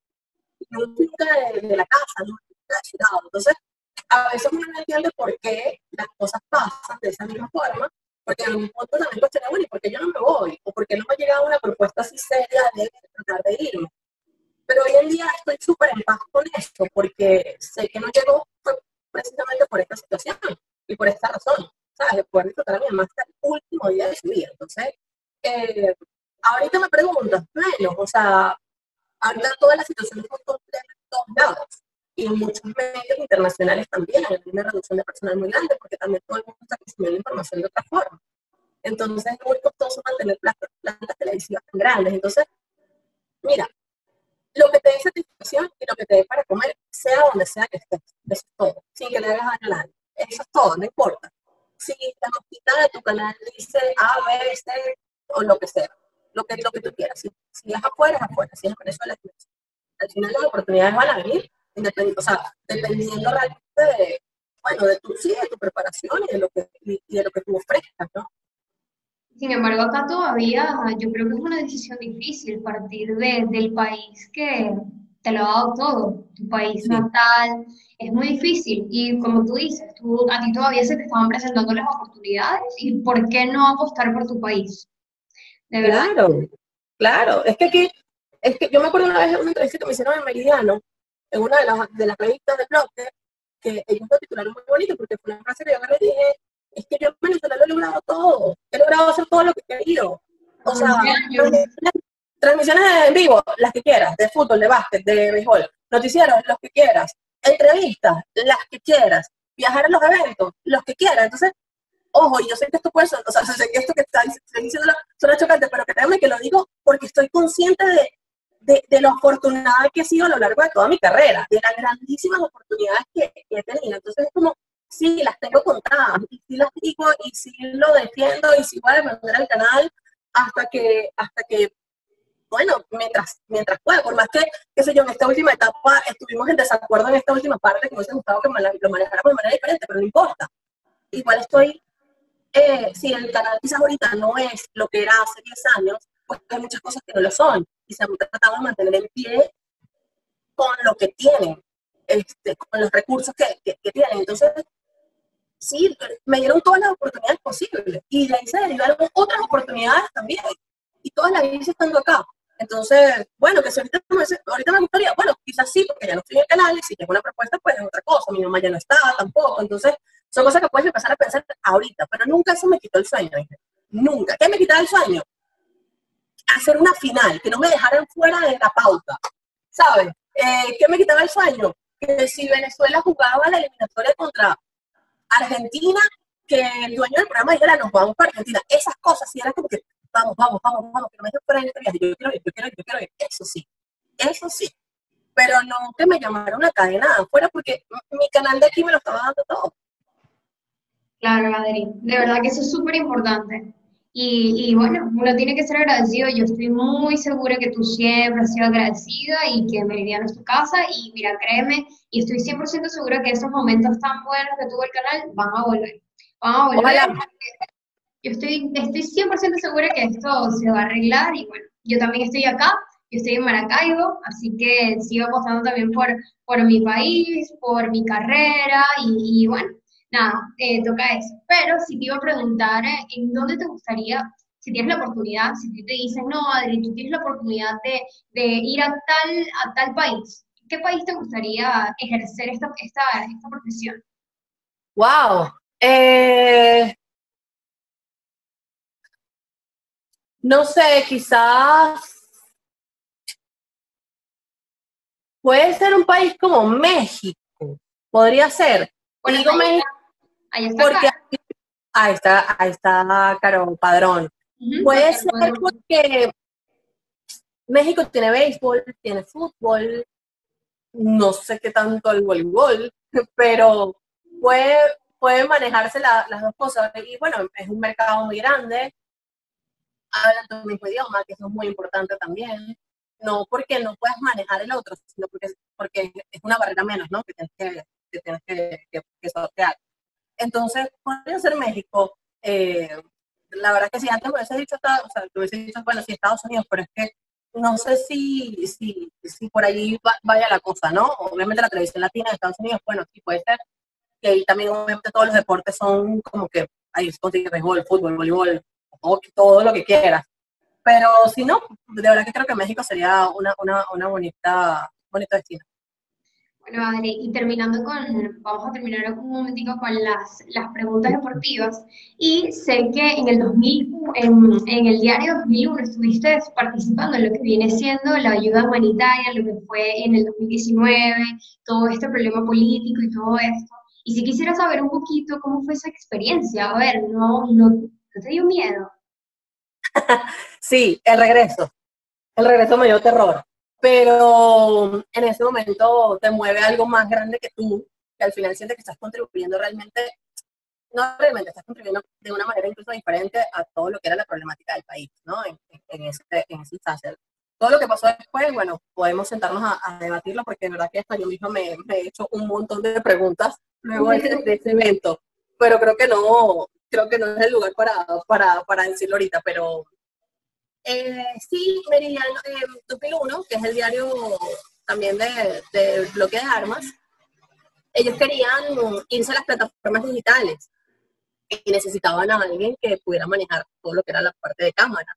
nunca de, de la casa, nunca de la ciudad. Entonces, a veces uno no entiende por qué las cosas pasan de esa misma forma, porque en algún punto también cuestioné, bueno, ¿y por qué yo no me voy? ¿O por qué no me ha llegado una propuesta así seria de tratar de irme? Pero hoy en día estoy súper en paz con esto, porque sé que no llegó precisamente por esta situación y por esta razón, ¿sabes? De poder disfrutar a mi mamá hasta el último día de su vida. Entonces, eh, ahorita me preguntas, bueno, o sea, ahorita todas las situaciones son complejas en todos lados. Y en muchos medios internacionales también hay una reducción de personal muy grande, porque también todo el mundo está consumiendo información de otra forma. Entonces es muy costoso mantener plantas, plantas televisivas tan grandes. Entonces, mira, lo que te dé satisfacción y lo que te dé para comer, sea donde sea que estés. Eso es todo, sin que le hagas daño a nadie. Eso es todo, no importa. Si la notita de tu canal dice A, B, C, o lo que sea, lo que, lo que tú quieras. Si, si es afuera, es afuera. Si es en Venezuela, es Venezuela. Al final las oportunidades van a venir, o sea, dependiendo realmente de, bueno, de tu, sí, de tu preparación y de lo que, y de lo que tú ofrezcas, ¿no? Sin embargo, acá todavía yo creo que es una decisión difícil partir de, del país que te lo ha dado todo, tu país Sí. natal, es muy difícil. Y como tú dices, tú, a ti todavía se te estaban presentando las oportunidades y ¿por qué no apostar por tu país? De verdad. Claro, claro. Es que aquí, es que yo me acuerdo una vez de una entrevista que me hicieron en Meridiano, en una de las, de las revistas del blog, que ellos lo titularon muy bonito porque fue una frase que yo le dije, es que yo en Venezuela lo he logrado todo, he logrado hacer todo lo que he querido. O sea, transmisiones, transmisiones en vivo, las que quieras, de fútbol, de básquet, de béisbol, noticieros, los que quieras, entrevistas, las que quieras, viajar a los eventos, los que quieras. Entonces, ojo, y yo sé que esto puede ser, o sea, sé que esto que está diciendo suena chocante, pero créanme que lo digo porque estoy consciente de, de, de lo afortunada que he sido a lo largo de toda mi carrera, de las grandísimas oportunidades que, que he tenido. Entonces es como, sí, las tengo contadas, y sí las digo, y sí lo defiendo, y sí voy a defender el canal hasta que, hasta que bueno, mientras, mientras pueda, por más que, qué sé yo, en esta última etapa estuvimos en desacuerdo en esta última parte, que me hubiese gustado que lo manejáramos de manera diferente, pero no importa. Igual estoy eh, si el canal quizás ahorita no es lo que era hace diez años, pues hay muchas cosas que no lo son y se han tratado de mantener en pie con lo que tienen, este, con los recursos que, que, que tienen. Entonces, sí, me dieron todas las oportunidades posibles y de ahí se derivaron otras oportunidades también y todas las hice estando acá. Entonces, bueno, que si ahorita me, ahorita me gustaría, bueno, quizás sí, porque ya no estoy en el canal y si es una propuesta, pues es otra cosa. Mi mamá ya no está tampoco, entonces son cosas que puedes empezar a pensar ahorita, pero nunca eso me quitó el sueño, ¿viste? Nunca. ¿Qué me quitaba el sueño? Hacer una final, que no me dejaran fuera de la pauta, ¿sabes? Eh, ¿Qué me quitaba el sueño? Que si Venezuela jugaba la eliminatoria contra Argentina, que el dueño del programa dijera, nos vamos para Argentina. Esas cosas sí eran como que, vamos, vamos, vamos, vamos, que no me dejes fuera en este viaje, yo quiero ir, yo quiero ir, yo quiero ir, eso sí, eso sí, pero no que me llamara una cadena de afuera porque mi canal de aquí me lo estaba dando todo. Claro, Adri, de verdad que eso es súper importante. Y, y bueno, uno tiene que ser agradecido. Yo estoy muy segura que tú siempre has sido agradecida y que Meridiano es tu casa. Y mira, créeme, y estoy cien por ciento segura que esos momentos tan buenos que tuvo el canal van a volver. Van a volver. Ojalá. Yo estoy, estoy cien por ciento segura que esto se va a arreglar. Y bueno, yo también estoy acá, yo estoy en Maracaibo, así que sigo apostando también por, por mi país, por mi carrera. Y, y bueno. Nada, eh, toca eso. Pero si te iba a preguntar, eh, ¿en dónde te gustaría, si tienes la oportunidad, si tú te dices, no, Adri, tú tienes la oportunidad de, de ir a tal, a tal país, ¿qué país te gustaría ejercer esta, esta, esta profesión? Wow. Eh, no sé, quizás puede ser un país como México. Podría ser. Y Bueno, digo ahí está, México ahí está porque Caro. ahí está, ahí está Caro Padrón. Ujú, Puede total, ser bueno. porque México tiene béisbol, tiene fútbol, no sé qué tanto el voleibol, pero puede, puede manejarse la, las dos cosas. Y bueno, es un mercado muy grande, hablan tu mismo idioma, que eso es muy importante también. No porque no puedas manejar el otro, sino porque, porque es una barrera menos, ¿no? Que tienes que, que, tienes que, que, que sortear. Entonces, podría ser México. Eh, la verdad que si antes me hubiese dicho, o sea, te hubiese dicho, bueno, sí, Estados Unidos, pero es que no sé si, si, si por allí va, vaya la cosa, ¿no? Obviamente la televisión latina de Estados Unidos, bueno, sí puede ser, que ahí también obviamente todos los deportes son como que ahí se consigue béisbol, fútbol, voleibol, todo, todo lo que quieras. Pero si no, de verdad que creo que México sería una, una, una bonita, bonito destino. Bueno, Adri, y terminando con, vamos a terminar un momentico con las, las preguntas deportivas. Y sé que en el dos mil, en, en el diario dos mil uno estuviste participando en lo que viene siendo la ayuda humanitaria, lo que fue en el dos mil diecinueve, todo este problema político y todo esto. Y si quisiera saber un poquito cómo fue esa experiencia, a ver, no, no, ¿no te dio miedo? Sí, el regreso. El regreso me dio terror. Pero en ese momento te mueve algo más grande que tú, que al final sientes que estás contribuyendo realmente, no realmente, estás contribuyendo de una manera incluso diferente a todo lo que era la problemática del país, ¿no? En, en, ese, en ese instancia. Todo lo que pasó después, bueno, podemos sentarnos a, a debatirlo porque de verdad que hasta yo misma me, me, he hecho un montón de preguntas luego de ese, de ese evento, pero creo que no, creo que no es el lugar para, para, para decirlo ahorita, pero eh, sí, Meridiano, eh, dos mil uno, que es el diario también de, de bloque de armas, ellos querían irse a las plataformas digitales y necesitaban a alguien que pudiera manejar todo lo que era la parte de cámara.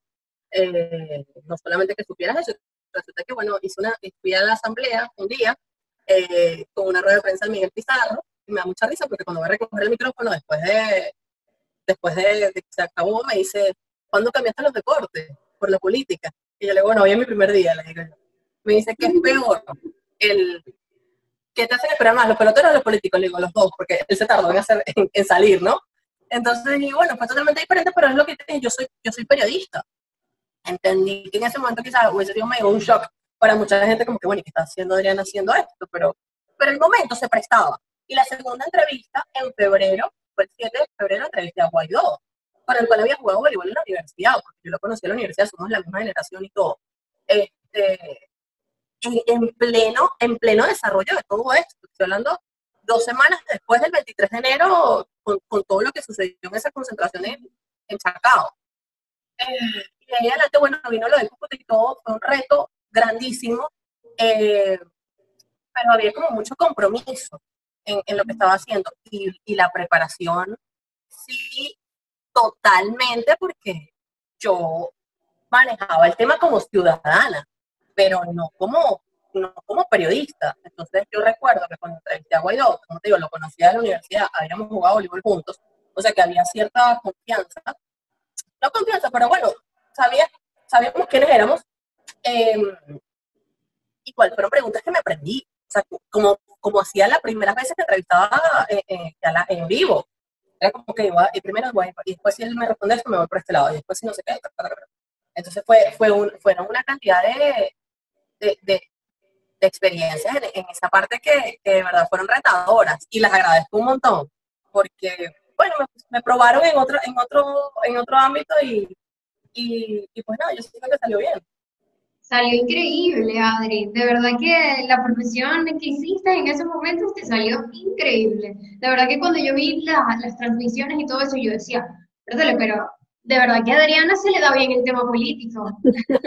Eh, no solamente que supieras eso, resulta que, bueno, hice una, fui a la asamblea un día eh, con una rueda de prensa de Miguel Pizarro y me da mucha risa porque cuando voy a recoger el micrófono después de, después de, de que se acabó, me dice, ¿cuándo cambiaste los deportes? Por la política. Y yo le digo, bueno, hoy es mi primer día, le digo yo. Me dice, ¿qué es peor? El, ¿Qué te hacen esperar más, los peloteros o los políticos? Le digo, los dos, porque él se tardó en, hacer, en, en salir, ¿no? Entonces, y bueno, fue totalmente diferente, pero es lo que te dije, yo soy, yo soy periodista. Entendí que en ese momento quizás hubiese sido medio un shock para mucha gente, como que, bueno, ¿y qué está haciendo Adriana haciendo esto? Pero, pero el momento se prestaba. Y la segunda entrevista, en febrero, fue el siete de febrero, entrevisté a Guaidó, con el cual había jugado voleibol en la universidad, porque yo lo conocí en la universidad, somos la misma generación y todo. Este, en, en, pleno, en pleno desarrollo de todo esto, estoy hablando dos semanas después del veintitrés de enero, con, con todo lo que sucedió en esa concentración en, en Chacao. Eh, y de ahí adelante, bueno, vino lo del Cúcuta y todo, fue un reto grandísimo, eh, pero había como mucho compromiso en, en lo que estaba haciendo y, y la preparación, sí, totalmente, porque yo manejaba el tema como ciudadana, pero no como, no como periodista. Entonces yo recuerdo que cuando entrevisté a Guaidó, como te digo, lo conocía de la universidad, habíamos jugado voleibol juntos, o sea que había cierta confianza, no confianza, pero bueno, sabía, sabíamos quiénes éramos, eh, y cuáles fueron preguntas que me aprendí, o sea, como, como hacía las primeras veces que entrevistaba eh, eh, la, en vivo. Era como que iba, y primero voy, y después si él me responde esto, me voy por este lado, y después si no sé qué. Entonces fue, fue un, fueron una cantidad de, de, de, de experiencias en, en esa parte que, que de verdad fueron retadoras, y las agradezco un montón, porque, bueno, me, me probaron en otro, en otro, en otro ámbito, y, y, y pues nada, yo siento que salió bien. Salió increíble, Adri. De verdad que la profesión que hiciste en esos momentos te salió increíble. De verdad que cuando yo vi la- las transmisiones y todo eso, yo decía, perdón, pero de verdad que a Adriana se le da bien el tema político.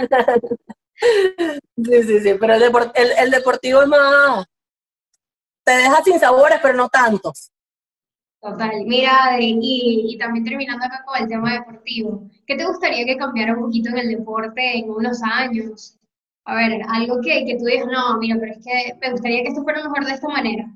Sí, sí, sí, pero el, deport, el, el deportivo es más, te deja sin sabores, pero no tantos. Total. Mira, Adri, y, y también terminando acá con el tema deportivo, ¿qué te gustaría que cambiara un poquito en el deporte en unos años? A ver, algo que, que tú digas, no, mira, pero es que me gustaría que esto fuera mejor de esta manera.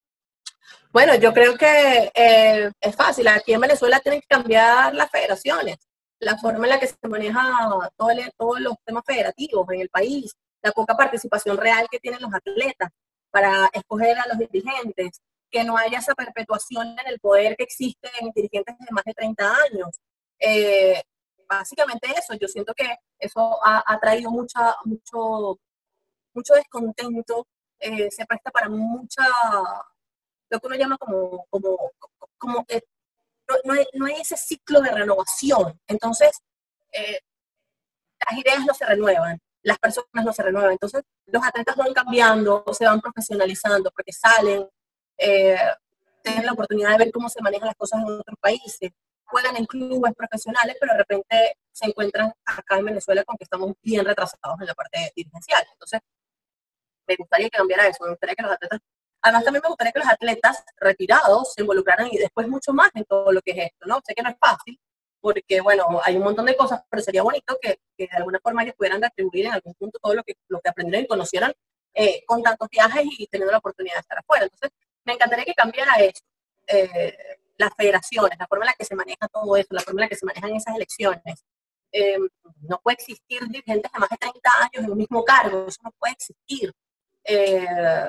Bueno, yo creo que eh, es fácil. Aquí en Venezuela tienen que cambiar las federaciones, la forma en la que se maneja todo el, todos los temas federativos en el país, la poca participación real que tienen los atletas para escoger a los dirigentes, que no haya esa perpetuación en el poder que existe en dirigentes de más de treinta años. Eh, básicamente eso, yo siento que eso ha, ha traído mucha, mucho, mucho descontento, eh, se presta para mucha lo que uno llama como, como, como eh, no, no, hay, no, hay, ese ciclo de renovación. Entonces, eh, las ideas no se renuevan, las personas no se renuevan. Entonces, los atletas van cambiando, se van profesionalizando porque salen, eh, tienen la oportunidad de ver cómo se manejan las cosas en otros países, juegan en clubes profesionales, pero de repente se encuentran acá en Venezuela con que estamos bien retrasados en la parte dirigencial. Entonces, me gustaría que cambiara eso, me gustaría que los atletas, además también me gustaría que los atletas retirados se involucraran y después mucho más en todo lo que es esto, ¿no? Sé que no es fácil, porque bueno, hay un montón de cosas, pero sería bonito que, que de alguna forma ellos pudieran retribuir en algún punto todo lo que, lo que aprendieron y conocieran eh, con tantos viajes y teniendo la oportunidad de estar afuera. Entonces, me encantaría que cambiara eso. Eh, las federaciones, la forma en la que se maneja todo eso, la forma en la que se manejan esas elecciones. Eh, no puede existir dirigentes de más de treinta años en un mismo cargo, eso no puede existir. Eh,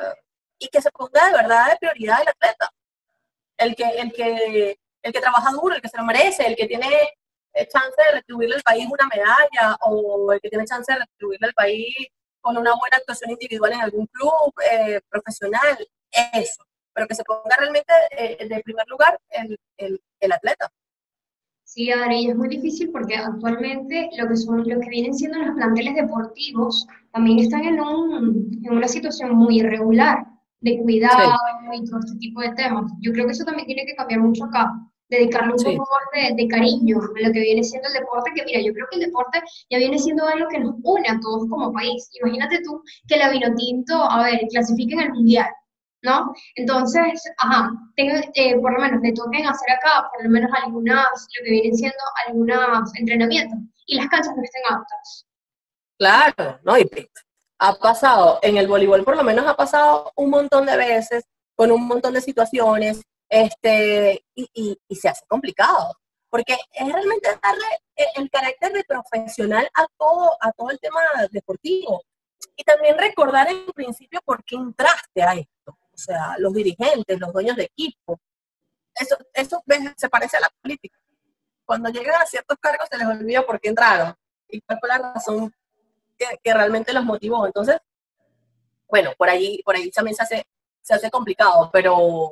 y que se ponga de verdad de prioridad el atleta, el que, el que, el que trabaja duro, el que se lo merece, el que tiene chance de retribuirle al país una medalla o el que tiene chance de retribuirle al país con una buena actuación individual en algún club eh, profesional, eso, pero que se ponga realmente eh, de primer lugar el, el, el atleta. Sí, Adri, es muy difícil porque actualmente lo que son, lo que vienen siendo los planteles deportivos también están en un, en una situación muy irregular de cuidado Sí, y todo este tipo de temas. Yo creo que eso también tiene que cambiar mucho acá, dedicarle un sí. poco más de, de cariño a lo que viene siendo el deporte, que mira, yo creo que el deporte ya viene siendo algo que nos une a todos como país. Imagínate tú que la Vinotinto, a ver, clasifique en el Mundial. ¿No? Entonces, ajá, tengo, eh, por lo menos le toquen hacer acá, por lo menos algunas, lo que vienen siendo algunos entrenamientos, y las canchas no estén aptas. Claro, ¿no? Y ha pasado, en el voleibol por lo menos ha pasado un montón de veces, con un montón de situaciones, este, y, y, y se hace complicado, porque es realmente darle el, el carácter de profesional a todo, a todo el tema deportivo. Y también recordar en principio por qué entraste a esto. O sea, los dirigentes, los dueños de equipo. Eso, eso se parece a la política. Cuando llegan a ciertos cargos se les olvida por qué entraron y cuál fue la razón que, que realmente los motivó. Entonces, bueno, por ahí, por ahí también se hace, se hace complicado, pero,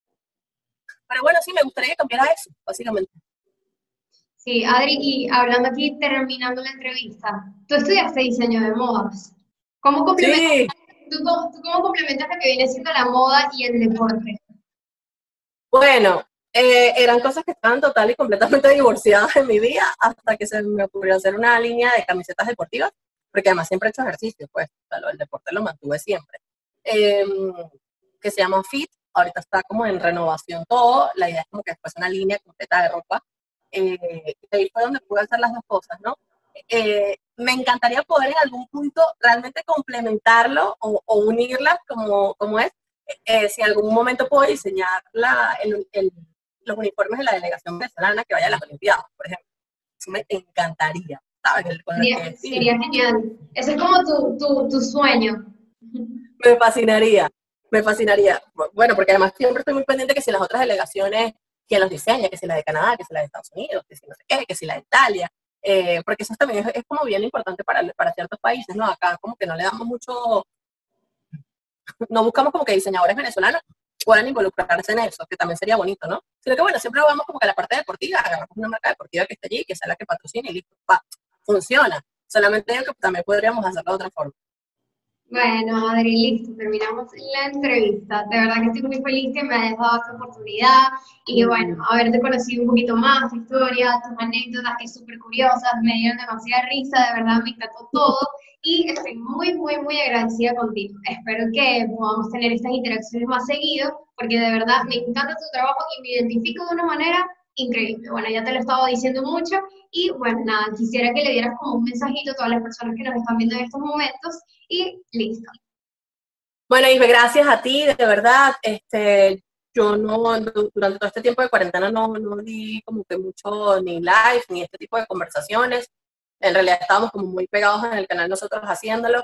pero bueno, sí, me gustaría que cambiara eso, básicamente. Sí, Adri, y hablando aquí, terminando la entrevista, tú estudiaste diseño de modas. ¿Cómo complementas, Sí, tú, cómo- tú cómo complementas lo que viene siendo la moda y el deporte? bueno, eh, eran cosas que estaban total y completamente divorciadas en mi vida hasta que se me ocurrió hacer una línea de camisetas deportivas, porque además siempre he hecho ejercicio, pues, o sea, lo, el deporte lo mantuve siempre, eh, que se llama Fit, ahorita está como en renovación todo, la idea es como que después una línea completa de ropa, eh, y ahí fue donde pude hacer las dos cosas, ¿no? Eh, me encantaría poder en algún punto realmente complementarlo o, o unirlas como, como es, eh, si en algún momento puedo diseñar la, el, el, los uniformes de la delegación venezolana que vaya a las Olimpiadas, por ejemplo. Eso me encantaría, ¿sabes? El, con los Sería, que desfile. sería genial. Ese es como tu, tu, tu sueño. Me fascinaría, me fascinaría. Bueno, porque además siempre estoy muy pendiente que si las otras delegaciones quién los diseña, que si la de Canadá, que si la de Estados Unidos, que si no sé qué, que si la de Italia, eh, porque eso también es, es, como bien importante para, para ciertos países, ¿no? Acá como que no le damos mucho, no buscamos como que diseñadores venezolanos puedan involucrarse en eso, que también sería bonito, ¿no? Sino que bueno, siempre vamos como que a la parte deportiva, agarramos una marca deportiva que esté allí, que sea la que patrocine y listo, pa, funciona. Solamente digo que también podríamos hacerlo de otra forma. Bueno, Adri, listo, terminamos la entrevista. De verdad que estoy muy feliz que me hayas dado esta oportunidad y bueno, haberte conocido un poquito más, tu historia, tus anécdotas, que es súper curiosas, me dieron demasiada risa, de verdad me encantó todo y estoy muy, muy, muy agradecida contigo. Espero que podamos tener estas interacciones más seguido porque de verdad me encanta tu trabajo y me identifico de una manera increíble. Bueno, ya te lo he estado diciendo mucho y bueno, nada, quisiera que le dieras como un mensajito a todas las personas que nos están viendo en estos momentos y listo. Bueno, Ibe, gracias a ti, de verdad. Este, yo no, durante todo este tiempo de cuarentena no, no di como que mucho ni live, ni este tipo de conversaciones. En realidad estábamos como muy pegados en el canal nosotros haciéndolo,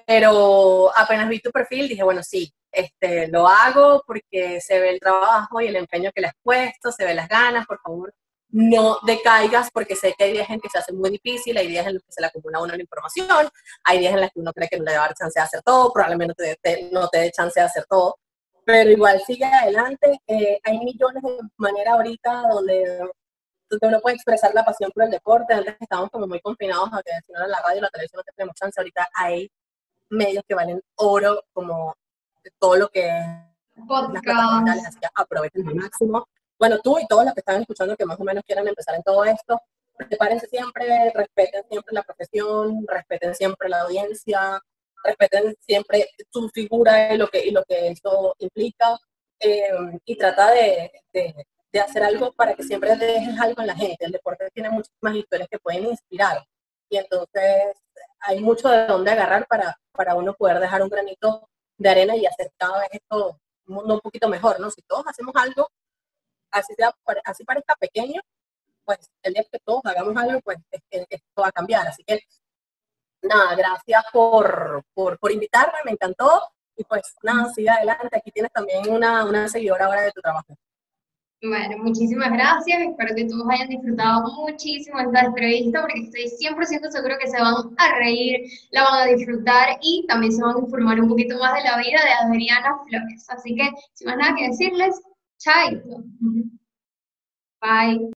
pero apenas vi tu perfil dije, bueno, sí, este, lo hago porque se ve el trabajo y el empeño que le has puesto, se ve las ganas, por favor, no decaigas porque sé que hay días en que se hace muy difícil, hay días en los que se le acumula a uno la información, hay días en los que uno cree que no le va a dar chance de hacer todo, probablemente no te, te, no te dé chance de hacer todo, pero igual sigue adelante. Eh, hay millones de maneras ahorita donde, donde uno puede expresar la pasión por el deporte. Antes estábamos como muy confinados a que si no era la radio y la televisión no tenemos chance. Ahorita hay medios que valen oro como todo lo que es las plataformas digitales, Podcast. así que aprovechen al máximo. Bueno, tú y todos los que están escuchando que más o menos quieran empezar en todo esto, prepárense siempre, respeten siempre la profesión, respeten siempre la audiencia, respeten siempre tu figura y lo que, y lo que eso implica, eh, y trata de, de, de hacer algo para que siempre dejes algo en la gente. El deporte tiene muchísimas historias que pueden inspirar y entonces hay mucho de dónde agarrar para, para uno poder dejar un granito de arena y hacer cada vez esto un mundo un poquito mejor, ¿no? Si todos hacemos algo, así, sea, así parezca pequeño, pues el día que todos hagamos algo, pues esto va a cambiar. Así que, nada, gracias por, por, por invitarme, me encantó. Y pues, nada, sigue adelante. Aquí tienes también una, una seguidora ahora de tu trabajo. Bueno, muchísimas gracias. Espero que todos hayan disfrutado muchísimo esta entrevista porque estoy cien por ciento seguro que se van a reír, la van a disfrutar y también se van a informar un poquito más de la vida de Adriana Flores. Así que, sin más nada que decirles, chaito. Bye.